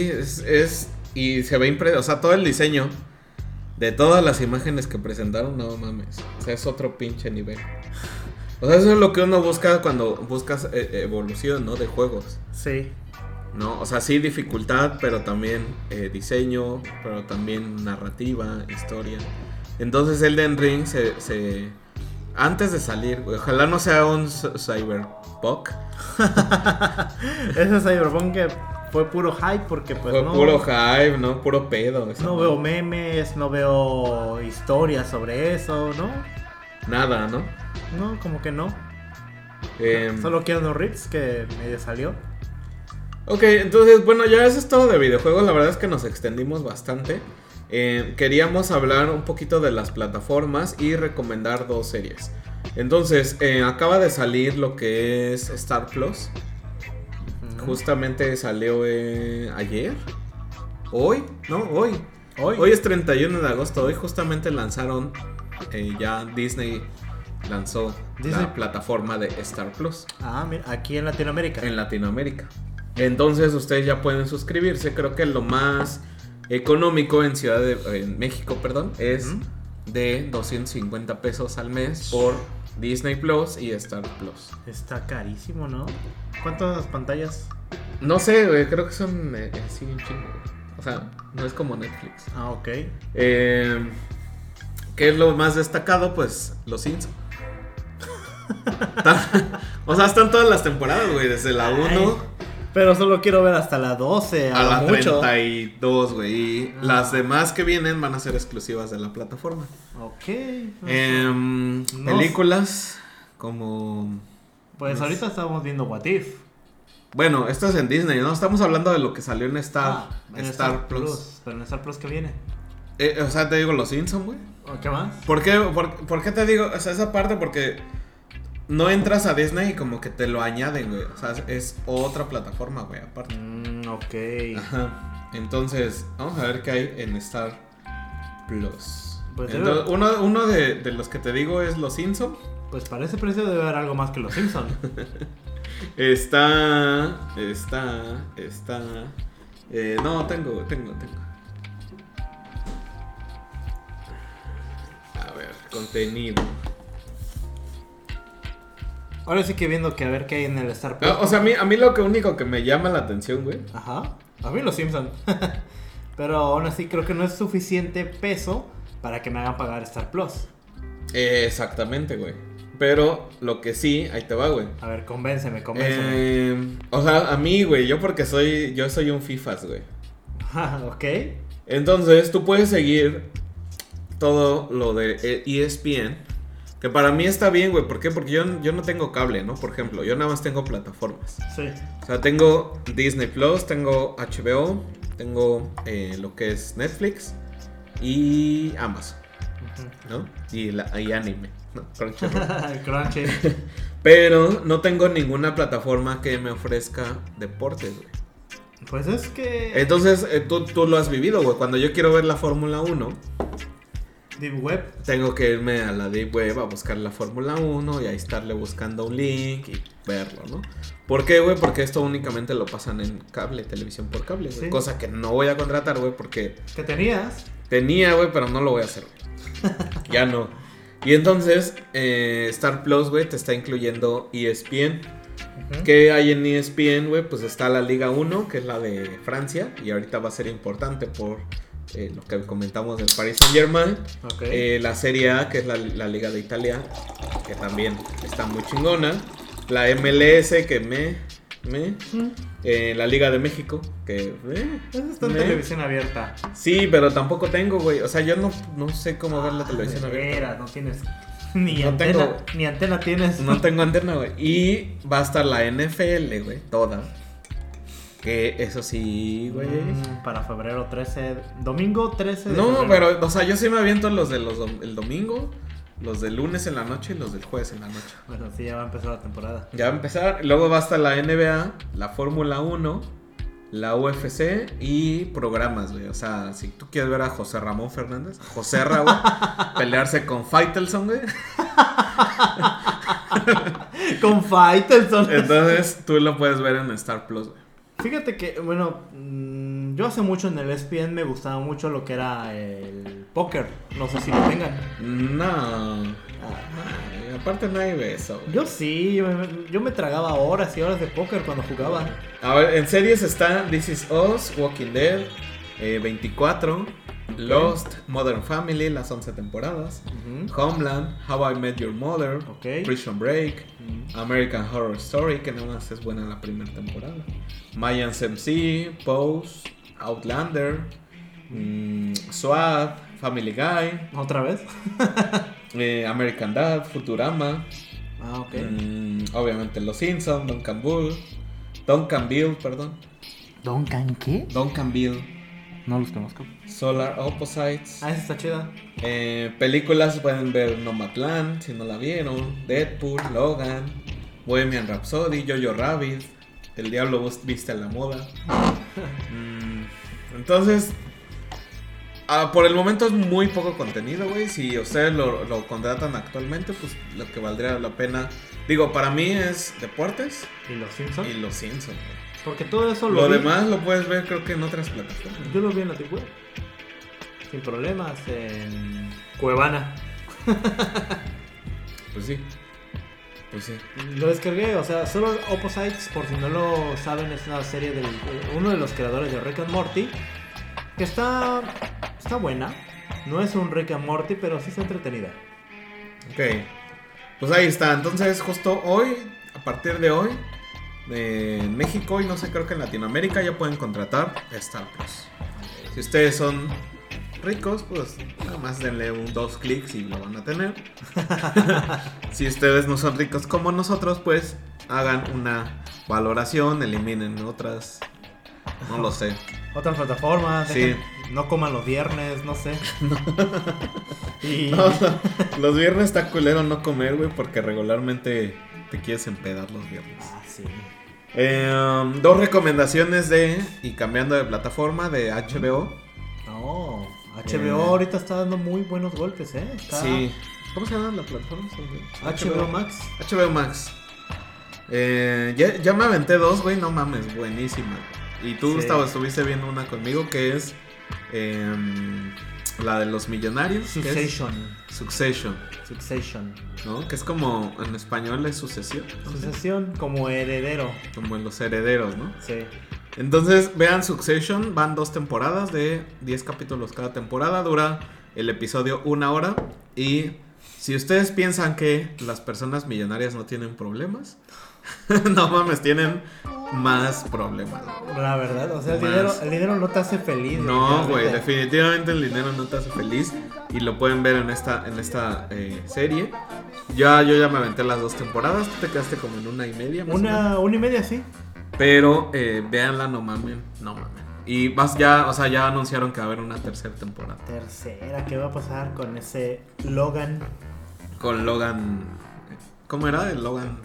Y se ve o sea, todo el diseño de todas las imágenes que presentaron, no mames. O sea, es otro pinche nivel. O sea, eso es lo que uno busca cuando buscas evolución, ¿no? De juegos. Sí. ¿No? O sea, sí dificultad, pero también diseño, pero también narrativa, historia. Entonces Elden Ring antes de salir, ojalá no sea un Cyberpunk. Ese Cyberpunk que fue puro hype porque pues fue puro hype, ¿no? Puro pedo. No veo memes, no veo historias sobre eso, ¿no? Nada, ¿no? No, como que no. Solo Keanu Reeves que medio salió. Ok, entonces, bueno, ya eso es todo de videojuegos. La verdad es que nos extendimos bastante. Queríamos hablar un poquito de las plataformas y recomendar 2 series. Entonces, acaba de salir lo que es Star Plus. Justamente salió ayer. Hoy es 31 de agosto. Hoy justamente lanzaron, ya Disney lanzó la plataforma de Star Plus. Mira, aquí en Latinoamérica. En Latinoamérica. Entonces ustedes ya pueden suscribirse. Creo que lo más económico en México, es de 250 pesos al mes por Disney Plus y Star Plus. Está carísimo, ¿no? ¿Cuántas pantallas? No sé, güey, creo que son sí, un chingo. O sea, no es como Netflix. Ok. ¿Qué es lo más destacado? Pues los Simpsons. O sea, están todas las temporadas, güey, desde la 1. Pero solo quiero ver hasta la 12. A la mucho. 32, güey. Y las demás que vienen van a ser exclusivas de la plataforma. Ok. Películas como... Pues ahorita estamos viendo What If. Bueno, esto es en Disney, ¿no? Estamos hablando de lo que salió en Star Plus. Pero en Star Plus, ¿qué viene? O sea, te digo los Simpsons, güey. ¿Qué más? ¿Por qué te digo? O sea, esa parte porque no entras a Disney y como que te lo añaden, güey. O sea, es otra plataforma, güey, aparte. Ok. Ajá. Entonces, vamos a ver qué hay en Star Plus. Pues entonces, uno de los que te digo es los Simpsons. Pues para ese precio debe haber algo más que los Simpsons. No, tengo. A ver, contenido. Ahora sí que viendo que a ver qué hay en el Star Plus. O sea, a mí lo único que me llama la atención, güey. Ajá. A mí los Simpsons. Pero aún así creo que no es suficiente peso para que me hagan pagar Star Plus. Exactamente, güey. Pero lo que sí, ahí te va, güey. A ver, convénceme. O sea, a mí, güey, yo soy un FIFAs, güey. Ok. Entonces, tú puedes seguir todo lo de ESPN. Que para mí está bien, güey. ¿Por qué? Porque yo no tengo cable, ¿no? Por ejemplo, yo nada más tengo plataformas. Sí. O sea, tengo Disney Plus, tengo HBO, tengo lo que es Netflix y Amazon, ¿no? Y anime, ¿no? Crunchy. Pero no tengo ninguna plataforma que me ofrezca deportes, güey. Pues es que... Entonces, tú lo has vivido, güey. Cuando yo quiero ver la Fórmula 1... Deep Web. Tengo que irme a la Deep Web a buscar la Fórmula 1 y ahí estarle buscando un link y verlo, ¿no? ¿Por qué, güey? Porque esto únicamente lo pasan en cable, televisión por cable, güey. Sí. Cosa que no voy a contratar, güey, porque... ¿Qué tenías? Tenía, güey, pero no lo voy a hacer, güey. Ya no. Y entonces, Star Plus, güey, te está incluyendo ESPN. ¿Qué hay en ESPN, güey? Pues está la Liga 1, que es la de Francia. Y ahorita va a ser importante por... lo que comentamos del Paris Saint-Germain. Okay. La Serie A, que es la Liga de Italia, que también está muy chingona. La MLS, que la Liga de México, que Eso está en televisión abierta. Sí, pero tampoco tengo, güey. O sea, yo no sé cómo ver la televisión abierta. No tienes ni No antena. tengo. Ni antena tienes. No tengo antena, güey. Y va a estar la NFL, güey, toda. Que eso sí, güey. Para febrero 13. Domingo 13 de No, febrero. pero, o sea, yo sí me aviento los de el domingo, los del lunes en la noche y los del jueves en la noche. Bueno, sí, ya va a empezar la temporada. Ya va a empezar. Luego va a estar la NBA, la Fórmula 1, la UFC y programas, güey. O sea, si tú quieres ver a José Ramón Fernández, José Ra, güey, pelearse con Faitelson, güey. Con Faitelson. Entonces tú lo puedes ver en Star Plus, güey. Fíjate que, bueno, yo hace mucho en el ESPN me gustaba mucho lo que era el póker. No sé si lo tengan. No. Ay, aparte nadie ve eso, güey. Yo sí, yo me tragaba horas y horas de póker cuando jugaba. A ver, en series está This Is Us, Walking Dead, 24, Lost, Modern Family, las 11 temporadas, Homeland, How I Met Your Mother, Prison Break, American Horror Story, que nada más es buena en la primera temporada, Mayans MC, Pose, Outlander, SWAT, Family Guy. ¿Otra vez? American Dad, Futurama. Ok. Obviamente Los Simpsons, Duncan Bill. ¿Duncan qué? Duncan Bill. No los conozco. Solar Opposites. Esa está chida. Películas pueden ver Nomadland, si no la vieron. Deadpool, Logan, Bohemian Rhapsody, Jojo Rabbit, El Diablo Viste a la Moda. Entonces, por el momento es muy poco contenido, güey. Si ustedes lo contratan actualmente, pues lo que valdría la pena. Digo, para mí es deportes ¿Y los Simpsons? y los Simpsons, güey. Porque todo eso Lo vi. demás lo puedes ver, creo que en otras plataformas. Yo lo vi en la Deep Web. Sin problemas. En Cuevana. Pues sí. Lo descargué, o sea, solo Opposites, por si no lo saben, es una serie de uno de los creadores de Rick and Morty. Que está buena. No es un Rick and Morty, pero sí está entretenida. Ok. Pues ahí está. Entonces, justo hoy, a partir de hoy, en México y no sé, creo que en Latinoamérica ya pueden contratar Star Plus. Si ustedes son ricos, pues nada más denle 2 clics y lo van a tener. Si ustedes no son ricos como nosotros, pues hagan una valoración, eliminen otras, no lo sé. Otras plataformas. Sí, no coman los viernes, no sé. Y... No, los viernes está culero no comer, güey, porque regularmente te quieres empedar los viernes. Ah, sí. 2 recomendaciones y cambiando de plataforma, de HBO. No, HBO ahorita está dando muy buenos golpes, Está... Sí. ¿Cómo se llama la plataforma? HBO Max. HBO Max. Ya me aventé 2, güey, no mames, buenísima. Y tú, Gustavo, estuviste viendo una conmigo que es la de los millonarios. Succession. ¿No? Que es como, en español es sucesión. ¿No? Sucesión, como heredero. Como en los herederos, ¿no? Sí. Entonces, vean Succession, van 2 temporadas de 10 capítulos cada temporada, dura el episodio 1 hora. Y si ustedes piensan que las personas millonarias no tienen problemas, no mames, tienen más problemas. La verdad, o sea, el dinero no te hace feliz. No, güey, definitivamente el dinero no te hace feliz. Y lo pueden ver en esta serie. Yo ya me aventé las 2 temporadas. Tú te quedaste como en 1.5 más Una y media, sí. Pero véanla, no mamen. Y ya anunciaron que va a haber una 3ª temporada. ¿Qué va a pasar con ese Logan? Con Logan. ¿Cómo era el Logan?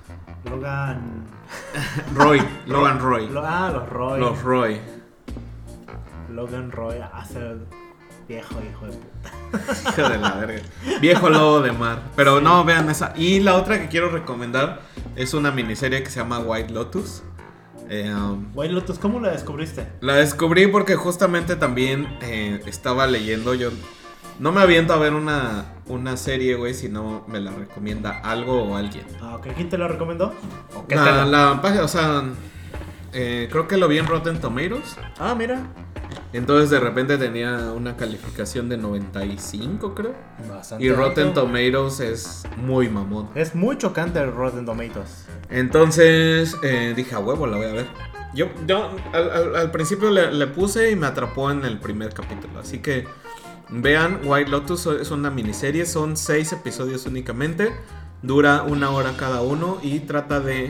Roy. Logan Roy. Los Roy. Los Roy. Logan Roy hace el viejo hijo de puta. Hijo de la verga. Viejo lobo de mar. Pero sí. No, vean esa. Y la otra que quiero recomendar es una miniserie que se llama White Lotus. White Lotus, ¿cómo la descubriste? La descubrí porque justamente también estaba leyendo. Yo no me aviento a ver una serie, güey, si no me la recomienda algo o alguien. Ah, ok. ¿Quién te la recomendó? ¿O qué la página, o sea, creo que lo vi en Rotten Tomatoes. Ah, mira. Entonces de repente tenía una calificación de 95, creo. Bastante y Rotten alto. Tomatoes es muy mamón. Es muy chocante el Rotten Tomatoes. Entonces dije, a huevo, la voy a ver. Yo al principio le puse y me atrapó en el primer capítulo. Así que vean, White Lotus es una miniserie. Son 6 episodios únicamente. Dura 1 hora cada uno y trata de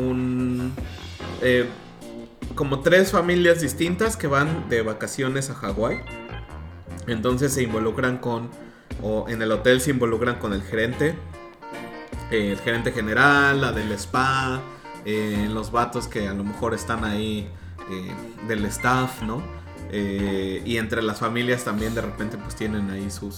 como 3 familias distintas que van de vacaciones a Hawái. Entonces se involucran o en el hotel se involucran con el gerente general, la del spa, los vatos que a lo mejor están ahí del staff, ¿no? Y entre las familias también de repente pues tienen ahí sus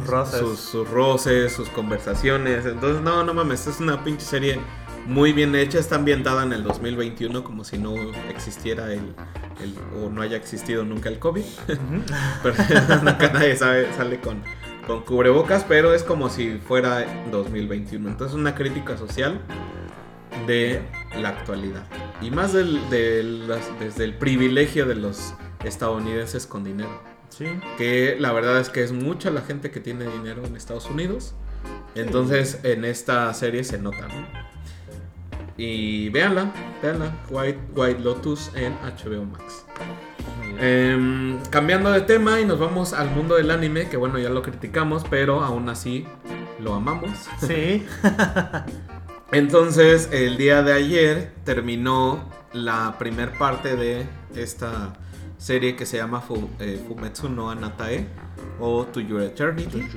roces, sus conversaciones. Entonces no mames, es una pinche serie muy bien hecha. Está ambientada en el 2021 como si no existiera o no haya existido nunca el COVID. Pero nunca nadie sale con cubrebocas, pero es como si fuera 2021. Entonces una crítica social de la actualidad. Y más desde el privilegio de los estadounidenses con dinero. Sí. Que la verdad es que es mucha la gente que tiene dinero en Estados Unidos. Entonces en esta serie se nota, ¿no? Y véanla, White Lotus en HBO Max. Cambiando de tema y nos vamos al mundo del anime, que bueno, ya lo criticamos, pero aún así lo amamos. Sí. Entonces, el día de ayer terminó la primer parte de esta serie que se llama Fumetsu no Anatae o To Your Eternity.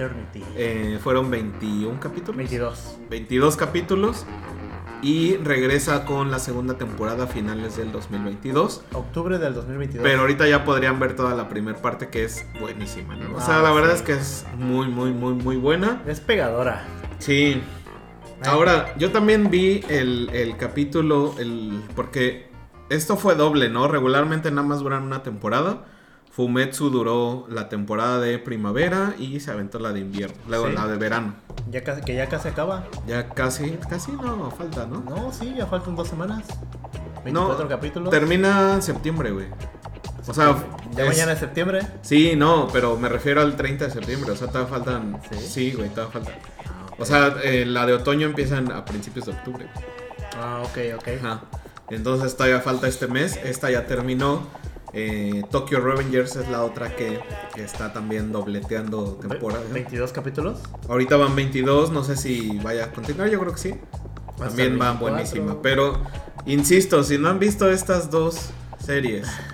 Fueron 21 capítulos. 22 capítulos. Y regresa con la segunda temporada a finales del 2022. Octubre del 2022. Pero ahorita ya podrían ver toda la primera parte, que es buenísima, ¿no? O sea, la verdad es que es muy, muy, muy, muy buena. Es pegadora. Sí. Ahora, yo también vi el capítulo, porque esto fue doble, ¿no? Regularmente nada más duran una temporada. Fumetsu duró la temporada de primavera y se aventó la de invierno, luego la de verano. Ya casi acaba. Ya casi no, falta, ¿no? No, sí, ya faltan 2 semanas. 24 capítulos. Termina en septiembre, güey. O sea, mañana es septiembre. Sí, no, pero me refiero al 30 de septiembre, o sea, todavía faltan. Sí, güey, todavía faltan. O sea, la de otoño empieza a principios de octubre. Ah, ok. Ajá. Entonces todavía falta este mes, esta ya terminó. Tokyo Revengers es la otra que está también dobleteando temporada. ¿22 capítulos? Ahorita van 22, no sé si vaya a continuar, yo creo que sí. También va buenísima. Pero, insisto, si no han visto estas 2 series,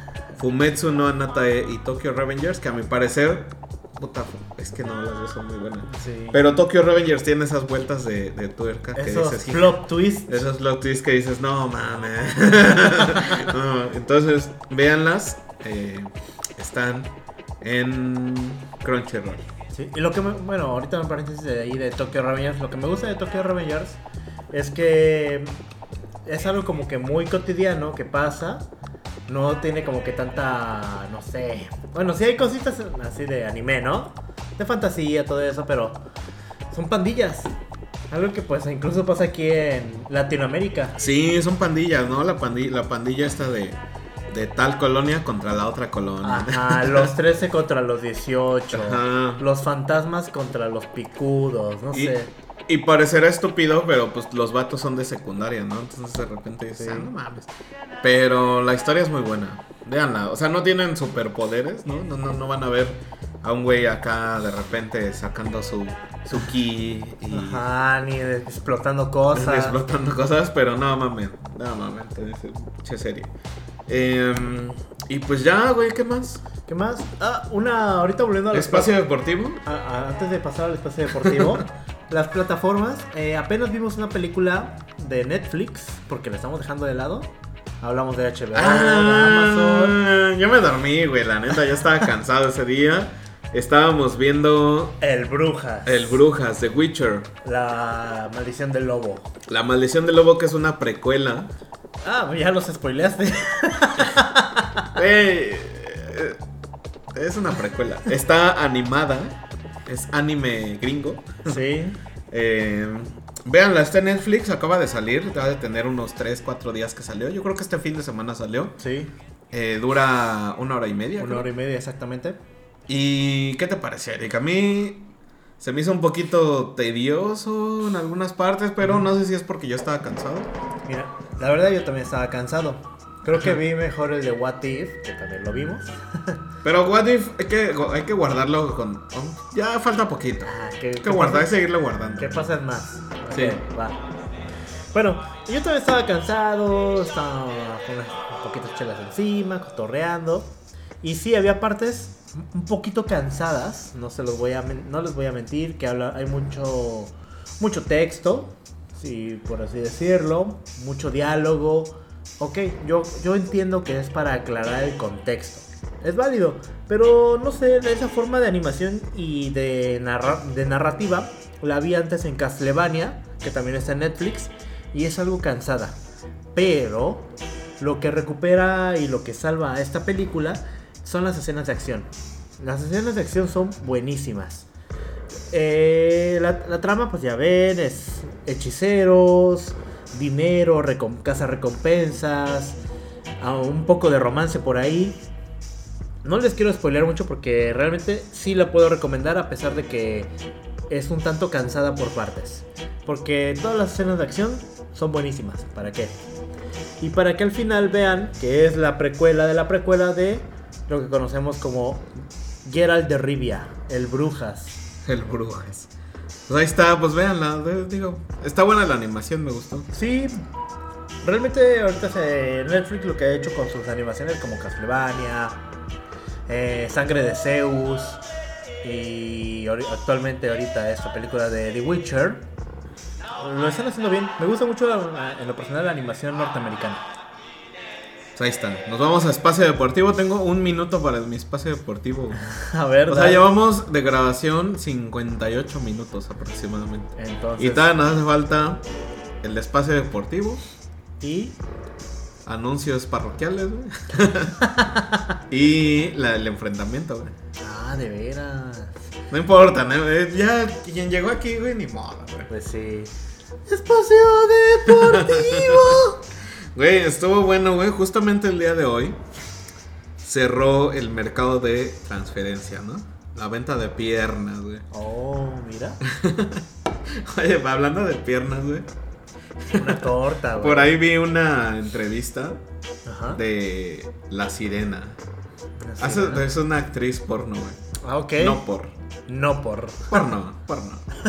Fumetsu no Anatae y Tokyo Revengers, que a mi parecer, puta, es que no, las dos son muy buenas. Sí. Pero Tokyo Revengers tiene esas vueltas de tuerca que Esos dices, plot twists. esos plot twists que dices, no mames. No, entonces, véanlas. Están en Crunchyroll. Sí, y lo que bueno, ahorita en paréntesis de ahí de Tokyo Revengers, lo que me gusta de Tokyo Revengers es que es algo como que muy cotidiano que pasa, no tiene como que tanta, no sé, bueno, sí hay cositas así de anime, ¿no? De fantasía, todo eso, pero son pandillas. Algo que pues incluso pasa aquí en Latinoamérica. Sí, son pandillas, ¿no? La pandilla esta de tal colonia contra la otra colonia. Ajá, los 13 contra los 18. Ajá. Los fantasmas contra los picudos, no sé. Y parecerá estúpido, pero pues los vatos son de secundaria, ¿no? Entonces de repente dices, Sí. no mames. Pero la historia es muy buena. Véanla. O sea, no tienen superpoderes, ¿no? No van a ver a un güey acá de repente sacando su ki y Ajá, ni explotando cosas. explotando cosas, pero no mames. Che serie. Y pues ya, güey, ¿qué más? ¿Qué más? Ahorita volviendo al ¿Espacio deportivo? antes de pasar al espacio deportivo, las plataformas, apenas vimos una película de Netflix, porque la estamos dejando de lado. Hablamos de HBO, de Amazon. Yo me dormí, güey, la neta, yo estaba cansado ese día. Estábamos viendo El Brujas. El Brujas, The Witcher. La maldición del lobo. La maldición del lobo, que es una precuela. Ya los spoileaste. Güey, es una precuela. Está animada. Es anime gringo. Sí. Véanla, está en Netflix, acaba de salir. Debe de tener unos 3-4 días que salió. Yo creo que este fin de semana salió. Sí. Dura 1 hora y media. Una creo. hora y media exactamente. ¿Y qué te pareció, Eric? A mí se me hizo un poquito tedioso en algunas partes, pero no sé si es porque yo estaba cansado. Mira, la verdad yo también estaba cansado. Creo que vi mejor el de What If, que también lo vimos. Pero What If hay que guardarlo ya falta poquito. ¿Qué Hay que guardar y seguirlo guardando. ¿Qué pasa en más? Sí. Ok, va. Bueno, yo también estaba cansado, estaba con un poquito de chelas encima, cotorreando. Y sí, había partes un poquito cansadas, no les voy a mentir, que hay mucho texto, sí, por así decirlo, mucho diálogo. Ok, yo entiendo que es para aclarar el contexto, es válido, pero no sé, esa forma de animación y de narrativa la vi antes en Castlevania, que también está en Netflix, y es algo cansada. Pero lo que recupera y lo que salva a esta película son las escenas de acción. Las escenas de acción son buenísimas. La trama, pues ya ven, es hechiceros, dinero, cazarrecompensas, un poco de romance por ahí. No les quiero spoilear mucho porque realmente sí la puedo recomendar, a pesar de que es un tanto cansada por partes. Porque todas las escenas de acción son buenísimas. ¿Para qué? Y para que al final vean que es la precuela de lo que conocemos como Geralt de Rivia, el Brujas. El Brujas. Pues ahí está, pues véanla. Digo, está buena la animación, me gustó. Sí, realmente ahorita Netflix lo que ha hecho con sus animaciones como Castlevania, Sangre de Zeus y actualmente ahorita esta película de The Witcher, lo están haciendo bien. Me gusta mucho en lo personal la animación norteamericana. Pues ahí está. Nos vamos a espacio deportivo. Tengo 1 minuto para mi espacio deportivo. A ver, O sea, llevamos de grabación 58 minutos aproximadamente. entonces, Y todavía nos hace falta el espacio deportivo, y anuncios parroquiales, güey. Y el enfrentamiento, güey. de veras. No importa, ¿no? Ya quien llegó aquí, güey, ni modo, güey. Pues sí. Espacio deportivo. Güey, estuvo bueno, güey. Justamente el día de hoy cerró el mercado de transferencia, ¿no? La venta de piernas, güey. Oh, mira. Oye, hablando de piernas, güey. Una torta, güey. Por ahí vi una entrevista Ajá. de La Sirena. Una sirena. Es una actriz porno, güey. Ok. No por. Porno.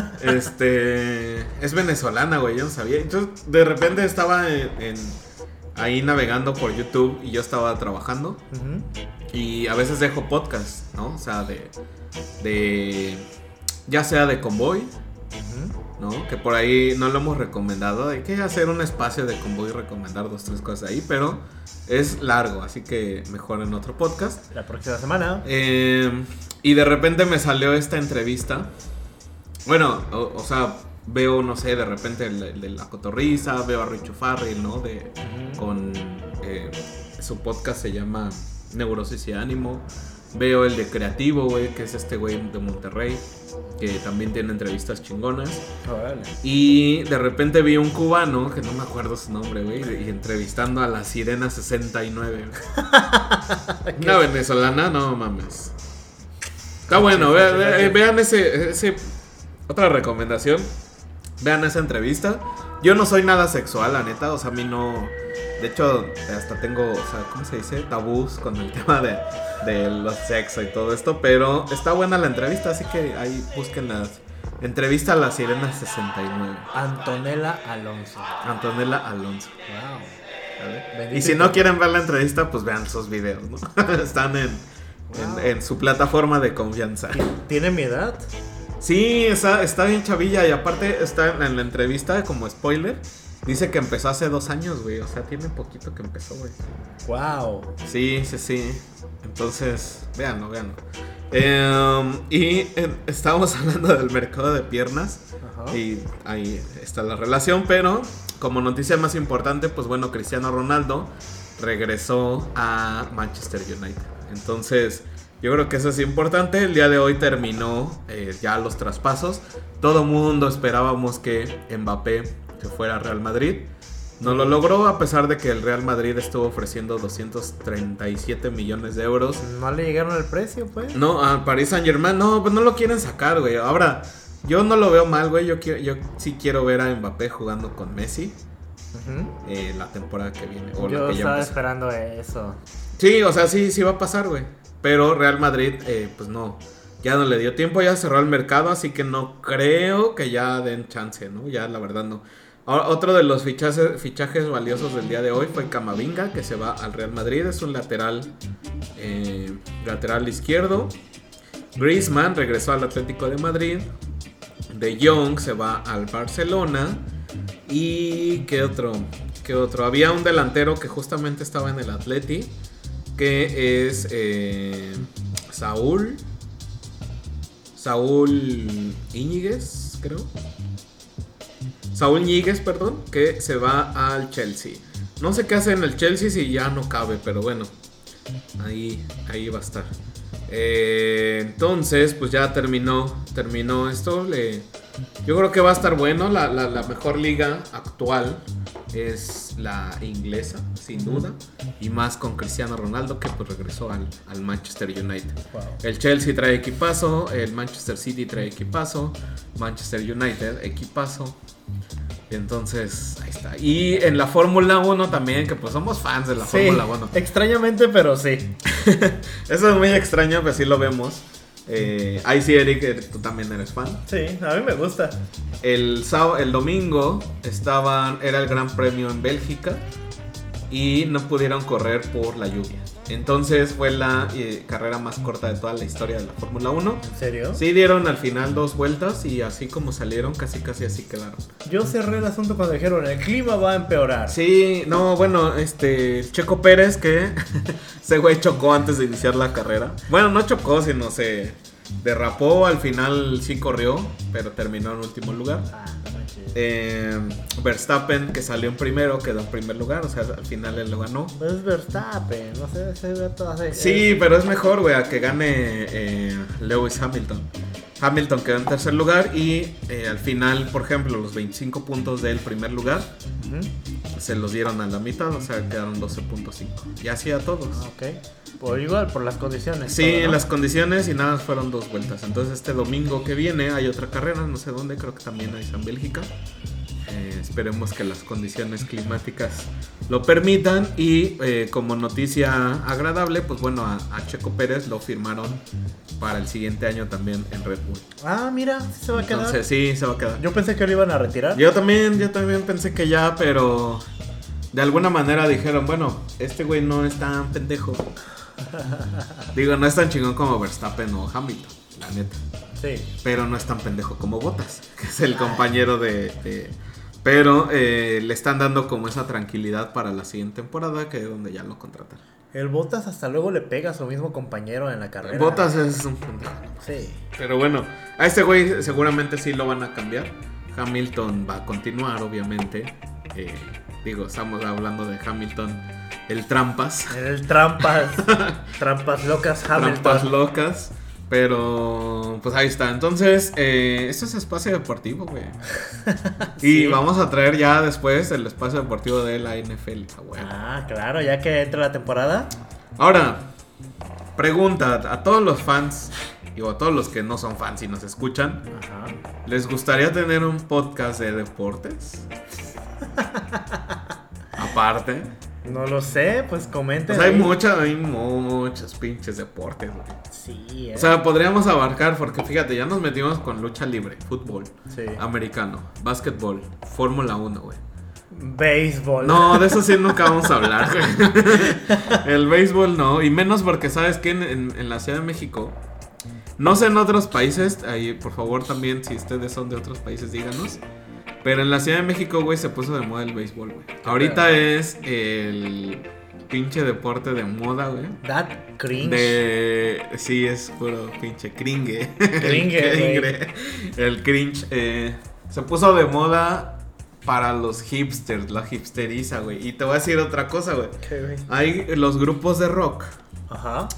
Es venezolana, güey, yo no sabía. Entonces, de repente estaba ahí navegando por YouTube y yo estaba trabajando. Y a veces dejo podcast, ¿no? O sea, de ya sea de Convoy, ¿no? Que por ahí no lo hemos recomendado. Hay que hacer un espacio de Convoy y recomendar 2-3 cosas ahí, pero es largo, así que mejor en otro podcast. La próxima semana. Y de repente me salió esta entrevista. Bueno, o sea, veo, no sé, de repente el de La Cotorrisa, veo a Richo Farrell, ¿no? Con su podcast se llama Neurosis y Ánimo. Veo el de Creativo, güey, que es este güey de Monterrey, que también tiene entrevistas chingonas. Vale. Y de repente vi un cubano, que no me acuerdo su nombre, güey, y entrevistando a la Sirena 69. Una venezolana, no mames. Está bueno, vean ese... Otra recomendación, vean esa entrevista. Yo no soy nada sexual, la neta, o sea, a mí no... De hecho, hasta tengo, o sea, ¿cómo se dice? Tabús con el tema de los sexo y todo esto. Pero está buena la entrevista, así que ahí busquen la entrevista a la Sirena 69. Antonella Alonso. Wow. ¿Vale? Y si no quieren ver la entrevista, pues vean sus videos, ¿no? Están en su plataforma de confianza. ¿Tiene mi edad? Sí, está bien chavilla. Y aparte está en la entrevista, como spoiler, dice que empezó hace 2 años, güey. O sea, tiene poquito que empezó, güey. Wow. Sí. Entonces, véanlo. Y estábamos hablando del mercado de piernas. Ajá. Y ahí está la relación. Pero como noticia más importante, pues bueno, Cristiano Ronaldo regresó a Manchester United. Entonces, yo creo que eso es importante. El día de hoy terminó ya los traspasos. Todo mundo esperábamos que Mbappé se fuera a Real Madrid. No lo logró, a pesar de que el Real Madrid estuvo ofreciendo 237 millones de euros. ¿No le llegaron el precio, pues? No, a Paris Saint-Germain, no, pues no lo quieren sacar, güey. Ahora, yo no lo veo mal, güey. Yo sí quiero ver a Mbappé jugando con Messi la temporada que viene. Yo estaba esperando eso. Sí, o sea, sí va a pasar, güey. Pero Real Madrid, pues no, ya no le dio tiempo, ya cerró el mercado, así que no creo que ya den chance, ¿no? Ya la verdad no. Ahora, otro de los fichajes valiosos del día de hoy fue Camavinga, que se va al Real Madrid, es un lateral izquierdo. Griezmann regresó al Atlético de Madrid. De Jong se va al Barcelona. ¿Y qué otro? Había un delantero que justamente estaba en el Atleti, que es Saúl Íñiguez, creo. Saúl Ñíguez, perdón, que se va al Chelsea. No sé qué hace en el Chelsea si ya no cabe, pero bueno, ahí va a estar. Entonces, pues ya terminó esto. Yo creo que va a estar bueno. La mejor liga actual es la inglesa, sin duda. Y más con Cristiano Ronaldo, que pues regresó al Manchester United. Wow. El Chelsea trae equipazo, el Manchester City trae equipazo, Manchester United equipazo. Entonces, ahí está. Y en la Fórmula 1 también, que pues somos fans de la Fórmula 1. Extrañamente, pero sí. Eso es muy extraño, pero sí lo vemos. Ahí sí, Eric, tú también eres fan. Sí, a mí me gusta. El domingo era el Gran Premio en Bélgica y no pudieron correr por la lluvia. Entonces fue la carrera más corta de toda la historia de la Fórmula 1. ¿En serio? Sí, dieron al final 2 vueltas y así como salieron, casi así quedaron. Yo cerré el asunto cuando dijeron el clima va a empeorar. Sí, no, bueno, Checo Pérez, que ese güey chocó antes de iniciar la carrera. Bueno, no chocó, sino se derrapó, al final sí corrió, pero terminó en último lugar. Verstappen, que salió en primero, quedó en primer lugar, o sea, al final él lo ganó. Es Verstappen, no sé, sí, pero es mejor, güey, a que gane Lewis Hamilton. Hamilton quedó en tercer lugar y al final, por ejemplo, los 25 puntos del primer lugar se los dieron a la mitad, o sea, quedaron 12.5. Y así a todos. Ok. Por igual, por las condiciones. Sí, todo, ¿no? Las condiciones y nada, fueron 2 vueltas. Entonces este domingo que viene hay otra carrera, no sé dónde, creo que también hay en Bélgica. Esperemos que las condiciones climáticas lo permitan. Y como noticia agradable, pues bueno, a Checo Pérez lo firmaron para el siguiente año también en Red Bull. Ah, mira, se va a quedar. Entonces sí, se va a quedar. Yo pensé que lo iban a retirar. Yo también pensé que ya, pero de alguna manera dijeron, bueno, este güey no es tan pendejo. Digo, no es tan chingón como Verstappen o Hamilton, la neta. Sí. Pero no es tan pendejo como Bottas, que es el compañero de... Pero le están dando como esa tranquilidad para la siguiente temporada, que es donde ya lo contratan. El Bottas hasta luego le pega a su mismo compañero en la carrera. Bottas es un pendejo. Sí. Pero bueno, a este güey seguramente sí lo van a cambiar. Hamilton va a continuar, obviamente. Digo, estamos hablando de Hamilton, el trampas. El trampas. Trampas locas Hamilton. Trampas locas. Pero, pues ahí está. Entonces, esto es espacio deportivo, güey. Sí. Y vamos a traer ya después el espacio deportivo de la NFL. Ah, claro, ya que entra la temporada. Ahora, pregunta a todos los fans, digo, a todos los que no son fans y nos escuchan. Ajá. ¿Les gustaría tener un podcast de deportes? Aparte. No lo sé, pues comenten. Pues hay muchos pinches deportes, güey. Sí, O sea, podríamos abarcar, porque fíjate, ya nos metimos con lucha libre, fútbol, sí. americano, básquetbol, Fórmula 1, güey. Béisbol. No, de eso sí nunca vamos a hablar, güey. El béisbol no, y menos porque, ¿sabes qué? En la Ciudad de México, no sé en otros países, ahí por favor también, si ustedes son de otros países, díganos. Pero en la Ciudad de México, güey, se puso de moda el béisbol, güey. Ahorita es el pinche deporte de moda, güey. That cringe. Sí, es puro pinche cringe. Cringe, El cringe. Se puso de moda para los hipsters, la hipsteriza, güey. Y te voy a decir otra cosa, güey. Hay los grupos de rock. Ajá.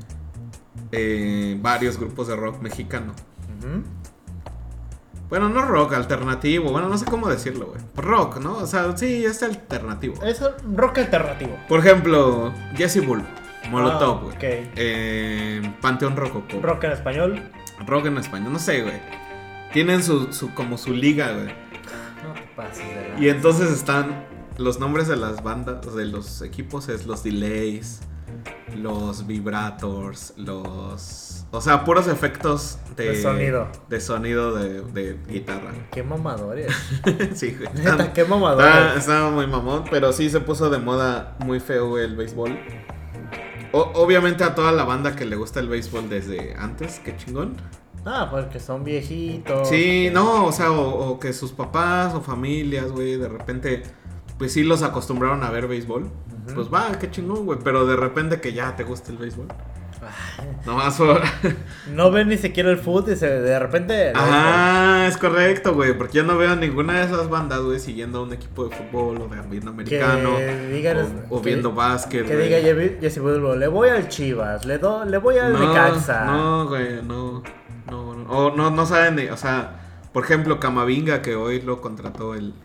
Varios grupos de rock mexicano. Uh-huh. Bueno, no rock, alternativo. Bueno, no sé cómo decirlo, güey. Rock, ¿no? O sea, sí, es alternativo. Es rock alternativo. Por ejemplo, Jesse Bull, Molotov, güey. Ok. Panteón Rococó. Rock en español. Rock en español, no sé, güey. Tienen como su liga, güey. No te pases de la... Y entonces están los nombres de las bandas, de los equipos, es los delays, los vibrators, o sea, puros efectos de sonido. De sonido de guitarra. Qué mamadores. Sí, güey. Neta, qué mamadores. Estaba muy mamón, pero sí se puso de moda muy feo, güey, el béisbol. Obviamente a toda la banda que le gusta el béisbol desde antes, qué chingón. Ah, porque son viejitos. Sí, no, o sea, o que sus papás o familias, güey, de repente, pues sí los acostumbraron a ver béisbol. Uh-huh. Pues va, qué chingón, güey, pero de repente que ya te gusta el béisbol. Nomás por... No ven ni siquiera el fútbol y de repente... Ajá, es correcto, güey, porque yo no veo a ninguna de esas bandas, güey, siguiendo a un equipo de fútbol o de ambiente americano o viendo básquet. Que diga Jesse Woodward, le voy al Chivas, le voy al Necaxa. No, güey, no. O no saben, o sea, por ejemplo, Camavinga, que hoy lo contrató el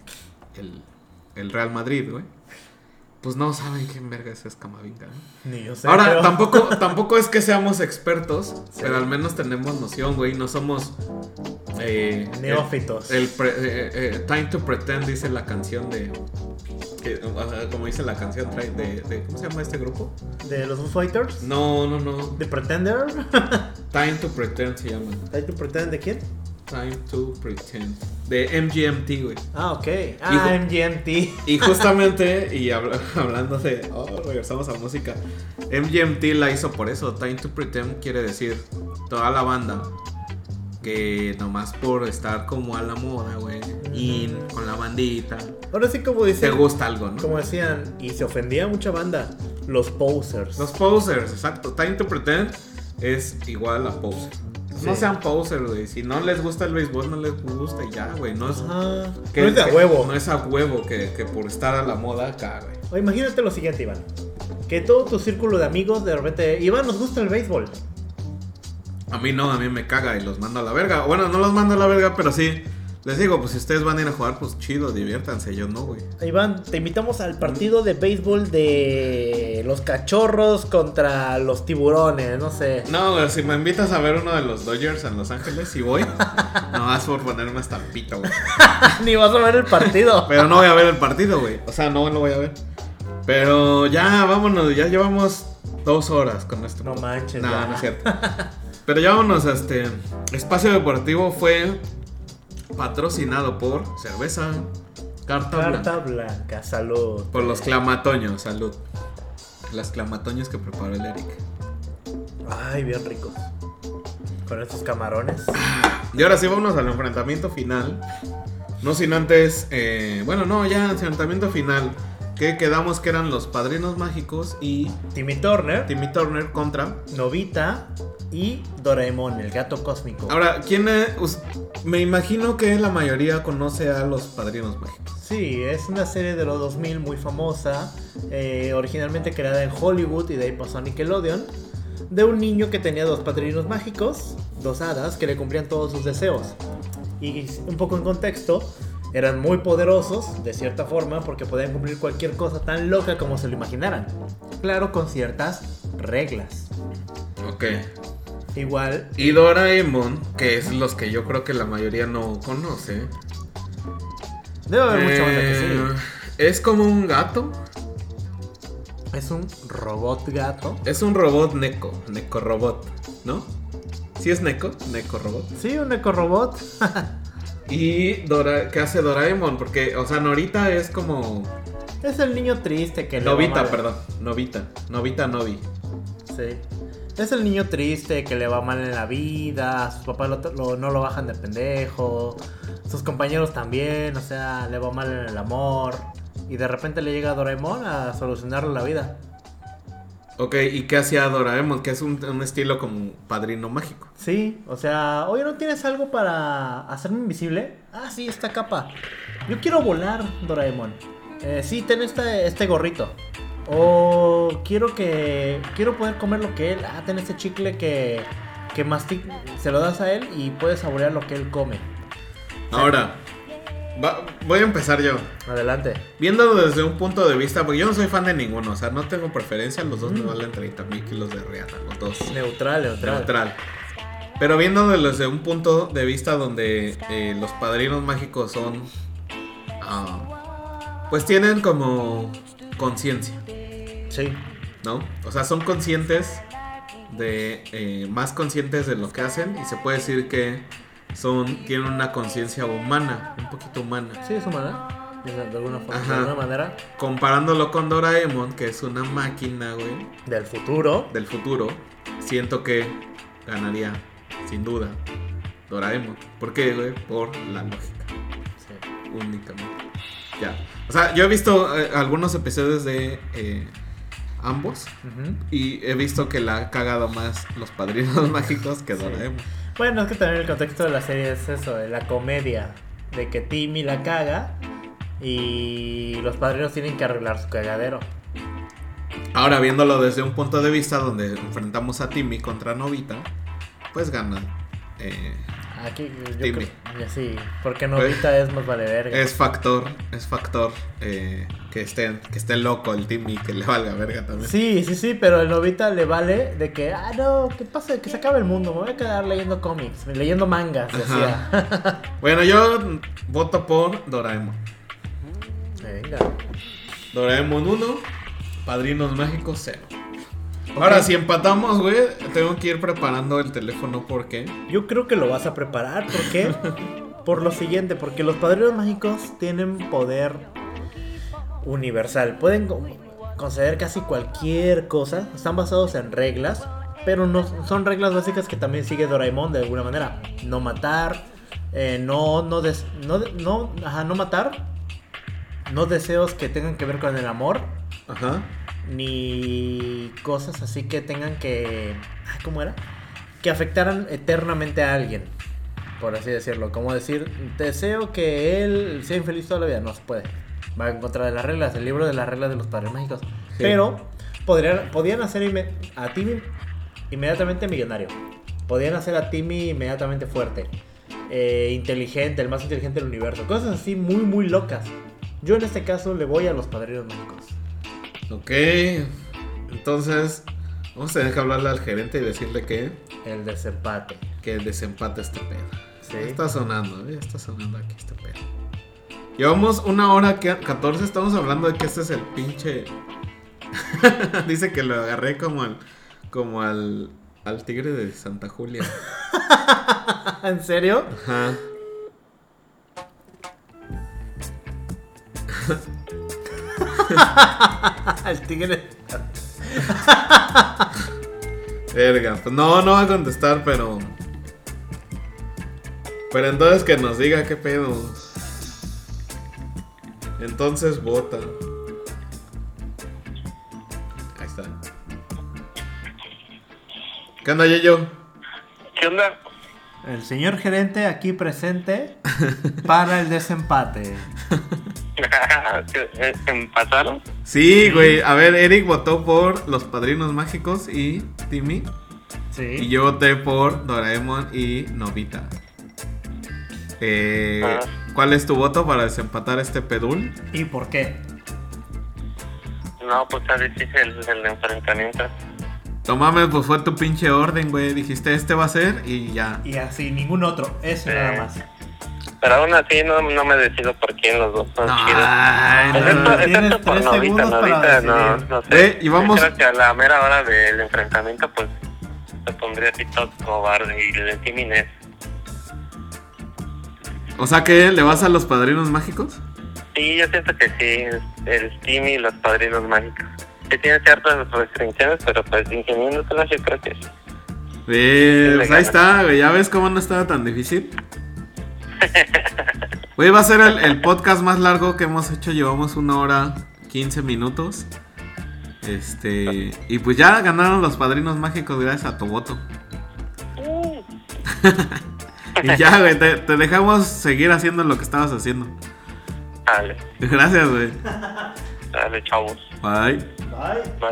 Real Madrid, güey. Pues no saben quién vergas es Camavinga, ¿no? Ni yo sé. Ahora, pero... tampoco es que seamos expertos, sí. Pero al menos tenemos noción, güey. No somos... neófitos. Time to Pretend dice la canción de... como dice la canción de... ¿Cómo se llama este grupo? ¿De los Foo Fighters? No. ¿The Pretender? Time to Pretend se llama. ¿Time to Pretend de quién? Time to Pretend. De MGMT, güey. Ah, ok. MGMT. Y justamente, y hablando de... regresamos a música. MGMT la hizo por eso. Time to Pretend quiere decir toda la banda que nomás por estar como a la moda, güey, con la bandita. Ahora sí, como dicen, te gusta algo, ¿no? Como decían, y se ofendía mucha banda, los posers. Los posers, exacto. Time to Pretend es igual a poser. Sí. No sean posers, güey. Si no les gusta el béisbol, no les gusta y ya, güey. No es, no es de a huevo. No es a huevo que por estar a la moda acá, güey. O imagínate lo siguiente, Iván. Que todo tu círculo de amigos de repente, Iván, nos gusta el béisbol. A mí no, a mí me caga y los mando a la verga. Bueno, no los mando a la verga, pero sí. Les digo, pues si ustedes van a ir a jugar, pues chido, diviértanse. Yo no, güey. Iván, te invitamos al partido de béisbol de los Cachorros contra los Tiburones, no sé. No, güey, si me invitas a ver uno de los Dodgers en Los Ángeles, sí voy. No vas por ponerme estampito, güey. Ni vas a ver el partido. Pero no voy a ver el partido, güey. O sea, no lo voy a ver. Pero ya, vámonos, ya llevamos 2 horas con esto. No manches. No, no es cierto. Pero ya vámonos, Espacio Deportivo fue patrocinado por cerveza Carta blanca, salud. Por los clamatoños, salud. Las clamatoños que preparó el Eric. Ay, bien ricos. Con estos camarones. Y ahora sí, vámonos al enfrentamiento final. No sin antes. Ya, enfrentamiento final. Que quedamos que eran los Padrinos Mágicos y Timmy Turner contra Nobita y Doraemon, el gato cósmico. Ahora, me imagino que la mayoría conoce a los Padrinos Mágicos. Sí, es una serie de los 2000 muy famosa, originalmente creada en Hollywood y de ahí pasó a Nickelodeon, de un niño que tenía 2 padrinos mágicos, 2 hadas que le cumplían todos sus deseos. Y un poco en contexto, eran muy poderosos, de cierta forma, porque podían cumplir cualquier cosa tan loca como se lo imaginaran. Claro, con ciertas reglas. Ok. Igual. Y Doraemon, que es los que yo creo que la mayoría no conoce. Debe haber mucha banda que sí. Es como un gato. Es un robot gato. Es un robot Neko robot, ¿no? ¿Sí es Neko robot? Sí, un Neko robot. Y ¿qué hace Doraemon? Porque, o sea, Norita es como... Es el niño triste que Novita, perdón. Novita Novi. Sí. Es el niño triste que le va mal en la vida. Sus papás no lo bajan de pendejo. Sus compañeros también. O sea, le va mal en el amor. Y de repente le llega a Doraemon a solucionarle la vida. Ok, ¿y qué hacía Doraemon? Que es un estilo como padrino mágico. Sí, o sea, oye, ¿no tienes algo para hacerme invisible? Ah, sí, esta capa. Yo quiero volar, Doraemon. Sí, ten este gorrito. O quiero poder comer lo que él... Ah, ten este chicle que se lo das a él y puedes saborear lo que él come. Ahora, voy a empezar yo. Adelante. Viéndolo desde un punto de vista, porque yo no soy fan de ninguno, o sea, no tengo preferencia, los dos me valen 30,000 kilos de riata, los dos. Neutral. Pero viéndolo desde un punto de vista donde los padrinos mágicos son... pues tienen como conciencia. Sí. ¿No? O sea, son conscientes más conscientes de lo que hacen y se puede decir que tienen una conciencia humana, un poquito humana. Sí, es humana, de alguna forma, de alguna manera. Comparándolo con Doraemon, que es una máquina, güey. Del futuro, siento que ganaría, sin duda, Doraemon. ¿Por qué, güey? Por la lógica. Sí. Únicamente. Ya. O sea, yo he visto algunos episodios de ambos. Y he visto que la ha cagado más los Padrinos Mágicos que Doraemon. Bueno, es que también el contexto de la serie es eso, de la comedia, de que Timmy la caga y los padrinos tienen que arreglar su cagadero. Ahora, viéndolo desde un punto de vista donde enfrentamos a Timmy contra Nobita, pues gana aquí Timmy. Sí, porque Nobita es más vale verga. Es factor que esté loco el Timmy, que le valga verga también. Sí, pero el Nobita le vale de que, no, ¿qué pasa? Que se acabe el mundo, me voy a quedar leyendo cómics, leyendo mangas, decía. Bueno, yo voto por Doraemon. Venga. Doraemon 1, Padrinos Mágicos 0. Okay. Ahora, si empatamos, güey, tengo que ir preparando el teléfono, ¿por qué? Yo creo que lo vas a preparar, ¿por qué? Por lo siguiente, porque los Padrinos Mágicos tienen poder universal. Pueden conceder casi cualquier cosa, están basados en reglas, pero no son reglas básicas que también sigue Doraemon de alguna manera. No matar, no matar, no deseos que tengan que ver con el amor. Ajá. Ni cosas así que tengan que... ¿Cómo era? Que afectaran eternamente a alguien, por así decirlo. Como decir, deseo que él sea infeliz toda la vida. No se puede. Va en contra de las reglas, el libro de las reglas de los Padres Mágicos. Sí. Pero podían hacer a Timmy inmediatamente millonario. Podían hacer a Timmy inmediatamente fuerte, inteligente, el más inteligente del universo. Cosas así muy, muy locas. Yo en este caso le voy a los Padrinos Mágicos. Ok, entonces vamos a tener que hablarle al gerente y decirle que... El desempate. Que el desempate este pedo. Sí. Está sonando aquí este pedo. Llevamos 1 hora 14, estamos hablando de que este es el pinche... Dice que lo agarré como al tigre de Santa Julia. ¿En serio? Ajá. El tigre. Verga, pues no va a contestar, pero entonces que nos diga qué pedo. Entonces vota. Ahí está. ¿Qué onda, Yeyo? ¿Qué onda? El señor gerente aquí presente para el desempate. ¿Empataron? Sí, güey. A ver, Eric votó por Los Padrinos Mágicos y Timmy. Sí. Y yo voté por Doraemon y Nobita. ¿Cuál es tu voto para desempatar este pedul? ¿Y por qué? No, pues está difícil el enfrentamiento. No mames, pues fue tu pinche orden, güey. Dijiste este va a ser y ya. Y así, ningún otro. Ese nada más. Pero aún así no me decido por quién, los dos son No, chidos. ay, no. Tienes 3 segundos para decidir. No sé. Y vamos. Yo creo que a la mera hora del enfrentamiento, pues se pondría así todo cobarde y le Timines. O sea que le vas a Los Padrinos Mágicos. Sí, yo siento que sí, el Timmy y los Padrinos Mágicos. Que tienen ciertas restricciones, pero pues ingeniándoselas yo creo que sí. Pues ahí está, güey. Ya ves cómo no estaba tan difícil. Hoy va a ser el podcast más largo que hemos hecho. Llevamos 1 hora 15 minutos. Y pues ya ganaron Los Padrinos Mágicos gracias a tu voto. Y ya, güey, te dejamos seguir haciendo lo que estabas haciendo. Dale, Gracias, güey. dale, chavos. Bye. Bye.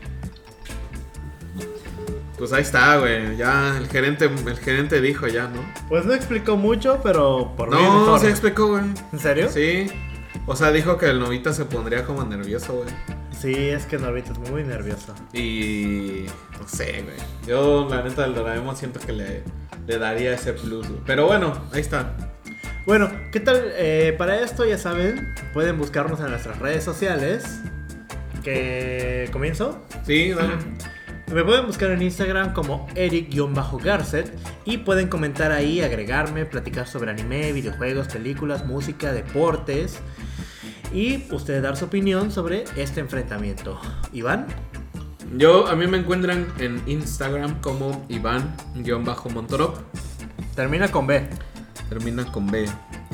Pues ahí está, güey. Ya el gerente dijo ya, ¿no? Pues no explicó mucho, pero por mí No, mejor. se explicó, güey. ¿En serio? Sí. O sea, dijo que el Nobita se pondría como nervioso, güey. Sí, es que Norbito es muy nervioso. Y no sé, güey. Yo, la neta, del Doraemon siento que le daría ese plus, güey. Pero bueno, ahí está. Bueno, ¿qué tal? Para esto, ya saben, pueden buscarnos en nuestras redes sociales. ¿Comienzo? Sí, dale. Me pueden buscar en Instagram como Eric-Garcet y pueden comentar ahí, agregarme, platicar sobre anime, videojuegos, películas, música, deportes y ustedes dar su opinión sobre este enfrentamiento. ¿Iván? A mí me encuentran en Instagram como Iván-Montorop. Termina con B. Termina con B.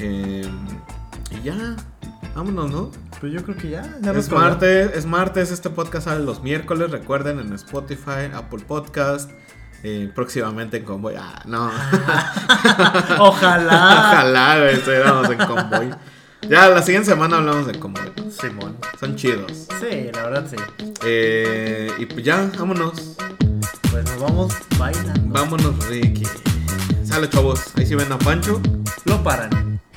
Y ya, vámonos, ¿no? Pues yo creo que ya. Es martes, este podcast sale los miércoles, recuerden, en Spotify, Apple Podcast, próximamente en Convoy. No. Ojalá. Ojalá, güey, estuviéramos en Convoy. Ya, la siguiente semana hablamos de Convoy. Simón. Son chidos. Sí, la verdad sí. Y pues ya, vámonos. Pues nos vamos bailando. Vámonos, Ricky. Sale, chavos. Ahí sí ven a Pancho. Lo paran.